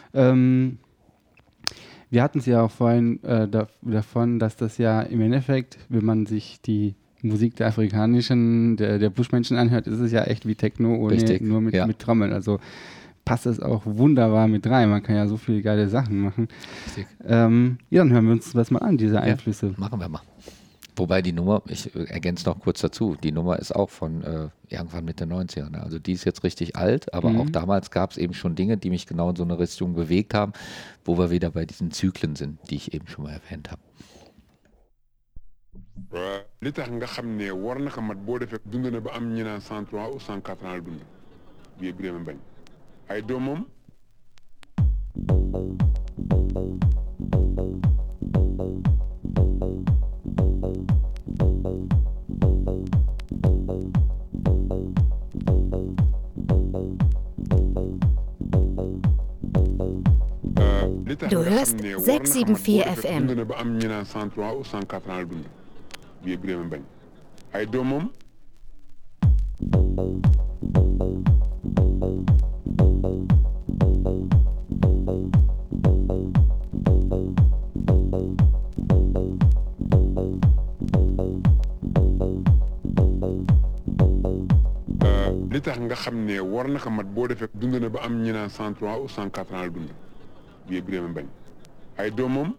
Wir hatten es ja auch vorhin davon, dass das ja im Endeffekt, wenn man sich die Musik der afrikanischen, der Buschmenschen anhört, ist es ja echt wie Techno, nur mit Trommeln. Also passt es auch wunderbar mit rein. Man kann ja so viele geile Sachen machen. Dann hören wir uns das mal an, diese Einflüsse. Machen wir mal. Wobei die Nummer, ich ergänze noch kurz dazu, die Nummer ist auch von irgendwann Mitte 90er. Ne? Also die ist jetzt richtig alt, aber auch damals gab es eben schon Dinge, die mich genau in so eine Richtung bewegt haben, wo wir wieder bei diesen Zyklen sind, die ich eben schon mal erwähnt habe. li tax nga xam ne war na ko mat boo defee dund na ba am ñu naan 103 ou 104 ans la dund bii Birame Mbagne ay doomam Du hörst 674 FM. dund na ba am ñu naan 103 ou 104 ans la dund bii Birame Mbagne ay doomam li tax nga xam ne war na ko mat boo defee dund na ba am ñu naan 103 ou 104 ans la dund bii Birame Mbagne ay doomam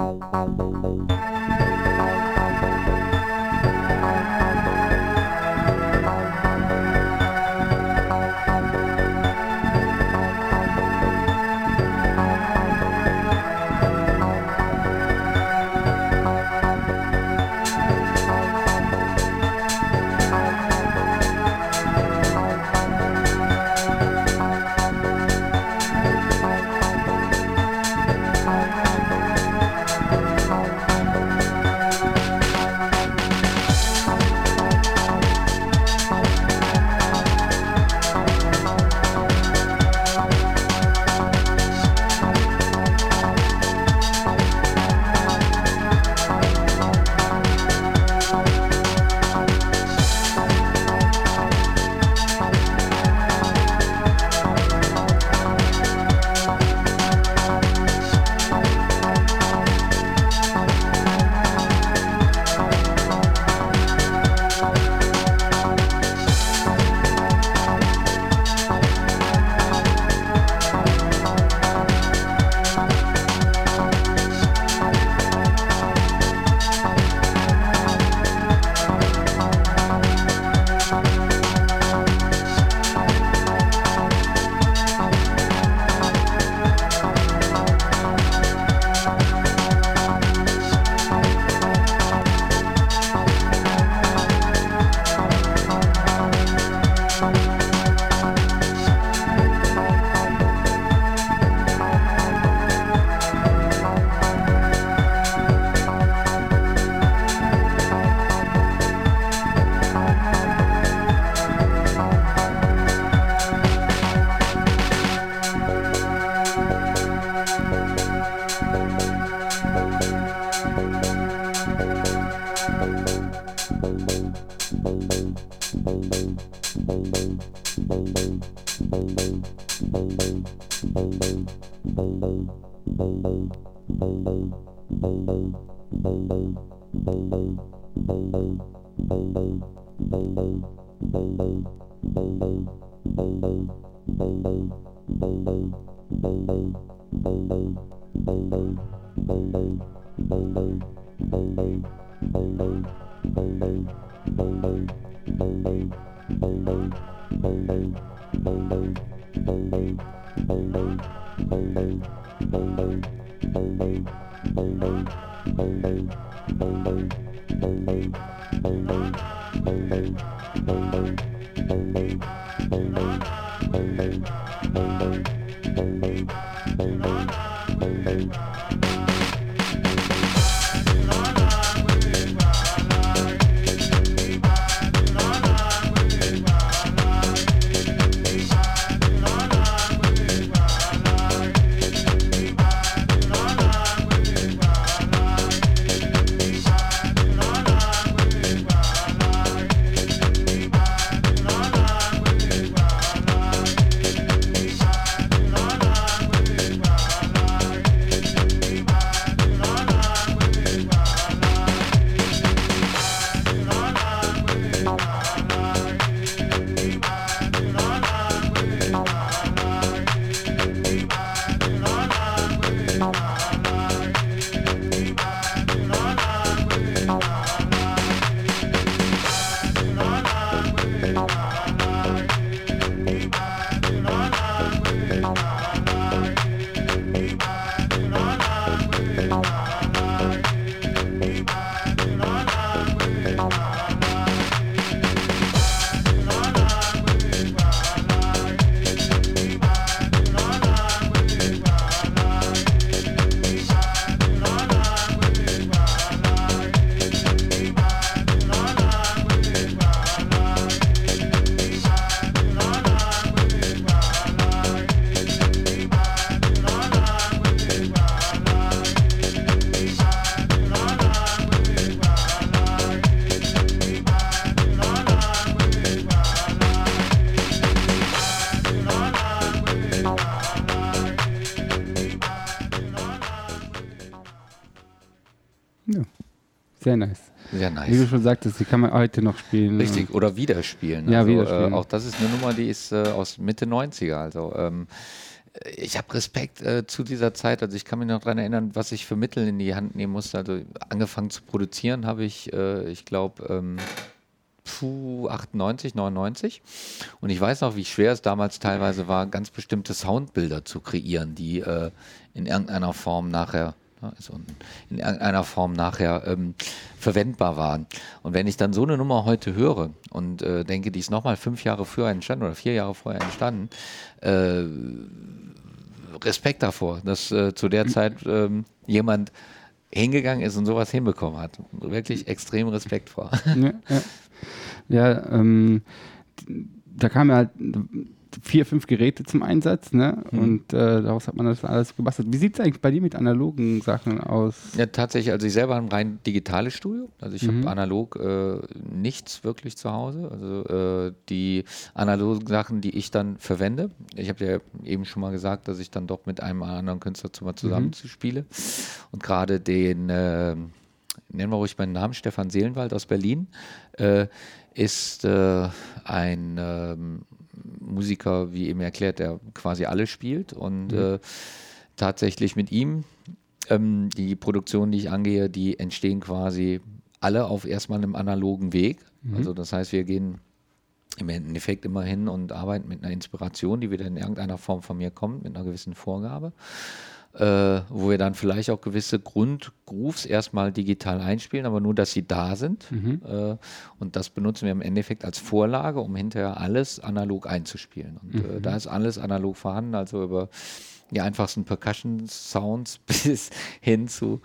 Sehr nice. Sehr nice. Wie du schon sagtest, die kann man heute noch spielen. Richtig, oder wieder spielen. Ja, also, wieder spielen. Auch das ist eine Nummer, die ist aus Mitte 90er. Also Ich habe Respekt zu dieser Zeit. Also ich kann mich noch daran erinnern, was ich für Mittel in die Hand nehmen musste. Also angefangen zu produzieren habe ich, ich glaube, 98, 99. Und ich weiß noch, wie schwer es damals teilweise war, ganz bestimmte Soundbilder zu kreieren, die in irgendeiner Form nachher verwendbar waren. Und wenn ich dann so eine Nummer heute höre und denke, die ist nochmal 5 Jahre früher entstanden oder 4 Jahre vorher entstanden, Respekt davor, dass zu der Zeit jemand hingegangen ist und sowas hinbekommen hat. Wirklich extrem Respekt vor. Da kamen halt 4, 5 Geräte zum Einsatz, ne? Und daraus hat man das alles gebastelt. Wie sieht es eigentlich bei dir mit analogen Sachen aus? Ja, tatsächlich, also ich selber habe ein rein digitales Studio. Also ich habe analog nichts wirklich zu Hause. Also die analogen Sachen, die ich dann verwende. Ich habe ja eben schon mal gesagt, dass ich dann doch mit einem anderen Künstler zusammen spiele. Und gerade den, nennen wir ruhig meinen Namen, Stefan Seelenwald aus Berlin, ist ein Musiker, wie eben erklärt, der quasi alles spielt und tatsächlich mit ihm die Produktionen, die ich angehe, die entstehen quasi alle auf erstmal einem analogen Weg. Also das heißt, wir gehen im Endeffekt immer hin und arbeiten mit einer Inspiration, die wieder in irgendeiner Form von mir kommt, mit einer gewissen Vorgabe. Wo wir dann vielleicht auch gewisse Grundgrooves erstmal digital einspielen, aber nur, dass sie da sind. Und das benutzen wir im Endeffekt als Vorlage, um hinterher alles analog einzuspielen. Und da ist alles analog vorhanden, also über die einfachsten Percussion-Sounds bis hin zu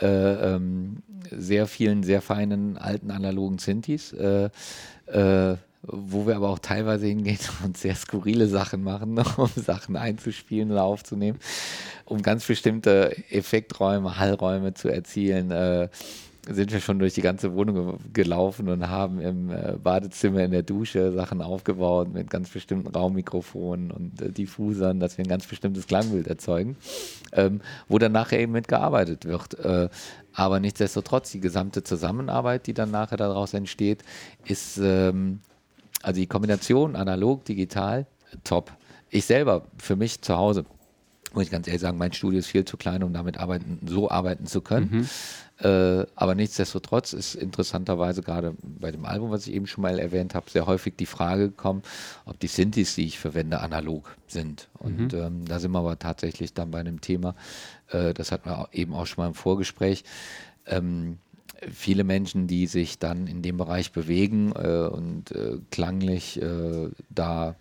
sehr vielen, sehr feinen, alten analogen Synthes. Wo wir aber auch teilweise hingehen und sehr skurrile Sachen machen, um Sachen einzuspielen oder aufzunehmen, um ganz bestimmte Effekträume, Hallräume zu erzielen. Sind wir schon durch die ganze Wohnung gelaufen und haben im Badezimmer, in der Dusche Sachen aufgebaut mit ganz bestimmten Raummikrofonen und Diffusern, dass wir ein ganz bestimmtes Klangbild erzeugen, wo dann nachher eben mitgearbeitet wird. Aber nichtsdestotrotz, die gesamte Zusammenarbeit, die dann nachher daraus entsteht, ist also die Kombination analog, digital, top. Ich selber, für mich zu Hause, muss ich ganz ehrlich sagen, mein Studio ist viel zu klein, um damit so arbeiten zu können. Aber nichtsdestotrotz ist interessanterweise gerade bei dem Album, was ich eben schon mal erwähnt habe, sehr häufig die Frage gekommen, ob die Synthes, die ich verwende, analog sind. Und da sind wir aber tatsächlich dann bei einem Thema, das hatten wir eben auch schon mal im Vorgespräch, viele Menschen, die sich dann in dem Bereich bewegen und klanglich da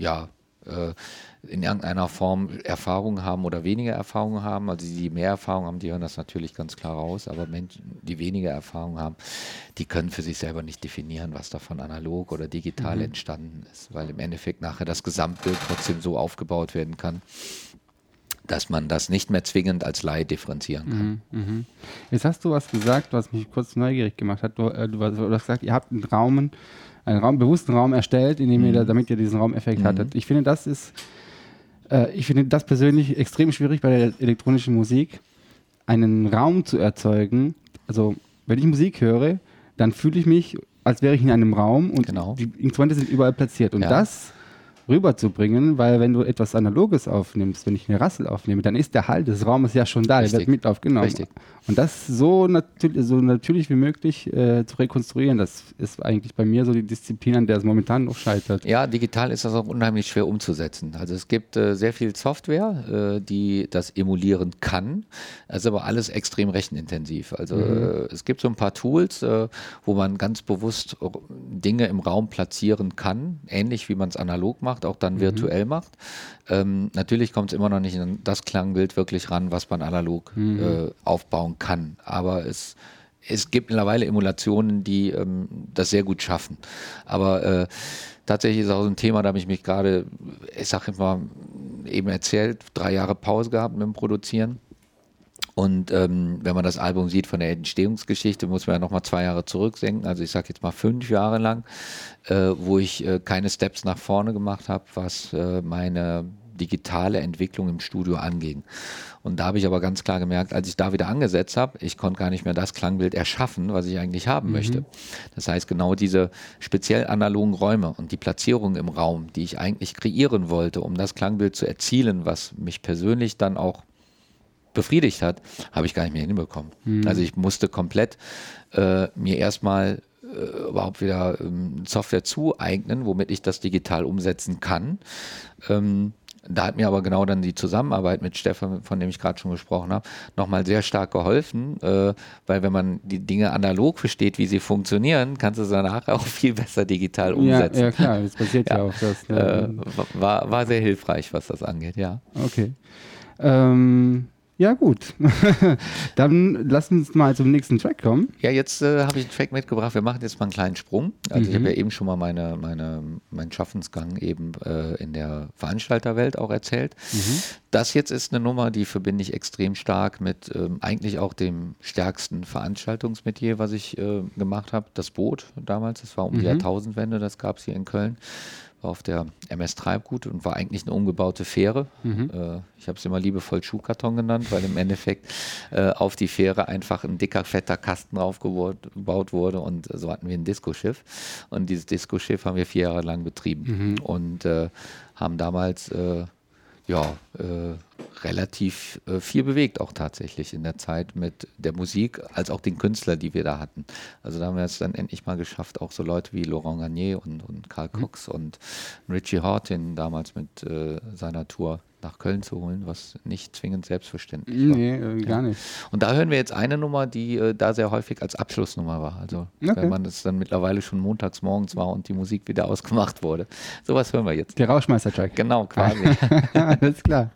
in irgendeiner Form Erfahrung haben oder weniger Erfahrung haben. Also die mehr Erfahrung haben, die hören das natürlich ganz klar raus, aber Menschen, die weniger Erfahrung haben, die können für sich selber nicht definieren, was davon analog oder digital entstanden ist, weil im Endeffekt nachher das Gesamtbild trotzdem so aufgebaut werden kann, dass man das nicht mehr zwingend als Laie differenzieren kann. Jetzt hast du was gesagt, was mich kurz neugierig gemacht hat. Du hast gesagt, ihr habt einen bewussten Raum erstellt, damit ihr diesen Raumeffekt hattet. Ich finde das persönlich extrem schwierig bei der elektronischen Musik, einen Raum zu erzeugen. Also wenn ich Musik höre, dann fühle ich mich, als wäre ich in einem Raum und die Instrumente sind überall platziert. Und das rüberzubringen, weil wenn du etwas Analoges aufnimmst, wenn ich eine Rassel aufnehme, dann ist der Hall des Raumes ja schon da, der wird mit aufgenommen. Richtig. Und das so natürlich wie möglich zu rekonstruieren, das ist eigentlich bei mir so die Disziplin, an der es momentan noch scheitert. Ja, digital ist das auch unheimlich schwer umzusetzen. Also es gibt sehr viel Software, die das emulieren kann. Das ist aber alles extrem rechenintensiv. Also es gibt so ein paar Tools, wo man ganz bewusst Dinge im Raum platzieren kann, ähnlich wie man es analog macht, auch dann virtuell macht. Natürlich kommt es immer noch nicht in das Klangbild wirklich ran, was man analog aufbauen kann. Aber es gibt mittlerweile Emulationen, die das sehr gut schaffen. Aber tatsächlich ist auch so ein Thema, da habe ich mich gerade, ich sage immer, eben erzählt, 3 Jahre Pause gehabt mit dem Produzieren. Und wenn man das Album sieht von der Entstehungsgeschichte, muss man ja nochmal 2 Jahre zurücksenken. Also ich sage jetzt mal 5 Jahre lang, wo ich keine Steps nach vorne gemacht habe, was meine digitale Entwicklung im Studio anging. Und da habe ich aber ganz klar gemerkt, als ich da wieder angesetzt habe, ich konnte gar nicht mehr das Klangbild erschaffen, was ich eigentlich haben möchte. Das heißt, genau diese speziell analogen Räume und die Platzierung im Raum, die ich eigentlich kreieren wollte, um das Klangbild zu erzielen, was mich persönlich dann auch befriedigt hat, habe ich gar nicht mehr hinbekommen. Also ich musste komplett mir erstmal überhaupt wieder Software zueignen, womit ich das digital umsetzen kann. Da hat mir aber genau dann die Zusammenarbeit mit Stefan, von dem ich gerade schon gesprochen habe, nochmal sehr stark geholfen, weil wenn man die Dinge analog versteht, wie sie funktionieren, kannst du es danach auch viel besser digital umsetzen. Ja klar, das passiert ja auch. Das, war sehr hilfreich, was das angeht, ja. Okay. Ja gut, dann lass uns mal zum nächsten Track kommen. Ja, jetzt habe ich einen Track mitgebracht. Wir machen jetzt mal einen kleinen Sprung. Also ich habe ja eben schon mal meinen Schaffensgang eben in der Veranstalterwelt auch erzählt. Das jetzt ist eine Nummer, die verbinde ich extrem stark mit eigentlich auch dem stärksten Veranstaltungsmetier, was ich gemacht habe. Das Boot damals, das war um die Jahrtausendwende, das gab es hier in Köln. Auf der MS Treibgut und war eigentlich eine umgebaute Fähre. Ich habe es immer liebevoll Schuhkarton genannt, weil im Endeffekt auf die Fähre einfach ein dicker, fetter Kasten draufgebaut wurde und so hatten wir ein Discoschiff. Und dieses Discoschiff haben wir 4 Jahre lang betrieben und haben damals relativ viel bewegt auch tatsächlich in der Zeit mit der Musik, als auch den Künstlern, die wir da hatten. Also da haben wir es dann endlich mal geschafft, auch so Leute wie Laurent Garnier und Karl Cox und Richie Hawtin damals mit seiner Tour nach Köln zu holen, was nicht zwingend selbstverständlich war. Nee, gar nicht. Und da hören wir jetzt eine Nummer, die da sehr häufig als Abschlussnummer war. Also wenn man das dann mittlerweile schon montags morgens war und die Musik wieder ausgemacht wurde. Sowas hören wir jetzt. Der Rauschmeister-Track. Genau, quasi. Alles klar.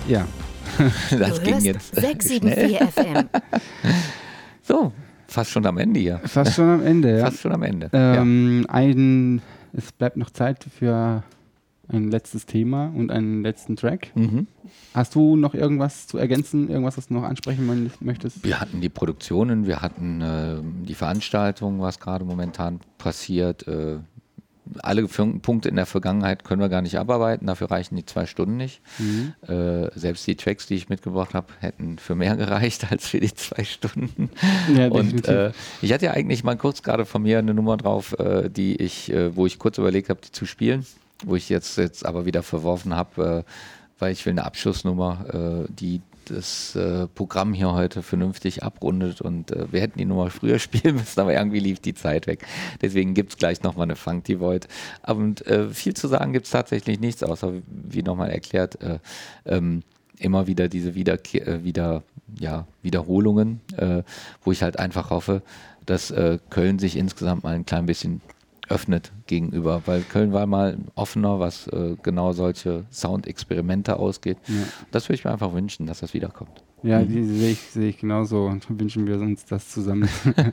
Ja. Das Du ging hörst jetzt 674 FM. so, fast schon am Ende hier. Fast schon am Ende, ja. Fast schon am Ende. Es bleibt noch Zeit für ein letztes Thema und einen letzten Track. Hast du noch irgendwas zu ergänzen, irgendwas, was du noch ansprechen möchtest? Wir hatten die Produktionen, wir hatten die Veranstaltungen, was gerade momentan passiert. Alle Punkte in der Vergangenheit können wir gar nicht abarbeiten, dafür reichen die 2 Stunden nicht. Selbst die Tracks, die ich mitgebracht habe, hätten für mehr gereicht als für die 2 Stunden. Ja, und ich hatte ja eigentlich mal kurz gerade von mir eine Nummer drauf, wo ich kurz überlegt habe, die zu spielen, wo ich jetzt aber wieder verworfen habe, weil ich will eine Abschlussnummer, die das Programm hier heute vernünftig abrundet und wir hätten die Nummer früher spielen müssen, aber irgendwie lief die Zeit weg. Deswegen gibt es gleich nochmal eine Funky Void. Und viel zu sagen gibt es tatsächlich nichts, außer wie nochmal erklärt, immer wieder diese Wiederholungen, wo ich halt einfach hoffe, dass Köln sich insgesamt mal ein klein bisschen öffnet gegenüber, weil Köln war mal offener, was genau solche Soundexperimente ausgeht. Ja. Das würde ich mir einfach wünschen, dass das wiederkommt. Ja, die sehe ich genauso und wünschen wir uns das zusammen.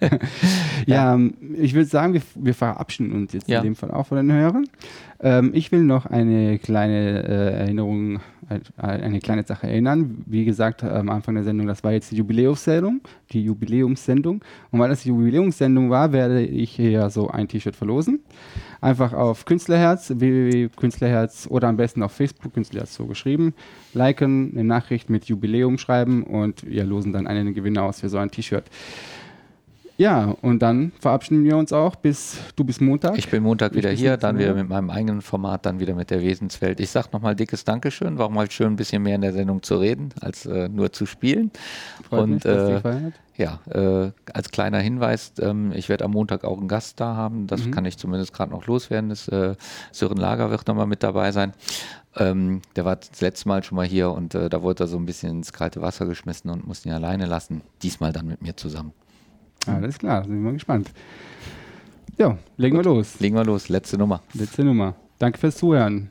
Ich würde sagen, wir verabschieden uns jetzt in dem Fall auch von den Hörern. Ich will noch eine kleine Erinnerung, eine kleine Sache erinnern. Wie gesagt, am Anfang der Sendung, das war jetzt die Jubiläumssendung. Und weil das die Jubiläumssendung war, werde ich hier so ein T-Shirt verlosen. Einfach auf Künstlerherz, www.künstlerherz oder am besten auf Facebook, Künstlerherz so geschrieben, liken, eine Nachricht mit Jubiläum schreiben und wir losen dann einen Gewinner aus für so ein T-Shirt. Ja, und dann verabschieden wir uns auch bis Montag. Ich bin Montag wieder hier, dann wieder mit meinem eigenen Format, dann wieder mit der Wesenswelt. Ich sage nochmal dickes Dankeschön, war mal schön ein bisschen mehr in der Sendung zu reden, als nur zu spielen. Freut mich, dass dir gefallen hat. Ja, als kleiner Hinweis, ich werde am Montag auch einen Gast da haben, das kann ich zumindest gerade noch loswerden. Sören Lager wird nochmal mit dabei sein. Der war das letzte Mal schon mal hier und da wurde er so ein bisschen ins kalte Wasser geschmissen und musste ihn alleine lassen. Diesmal dann mit mir zusammen. Alles klar, sind wir gespannt. Ja, legen wir los. Legen wir los, letzte Nummer. Danke fürs Zuhören.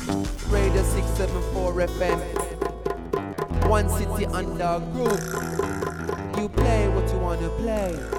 Radio 674 FM. One city under group. You play what you wanna play.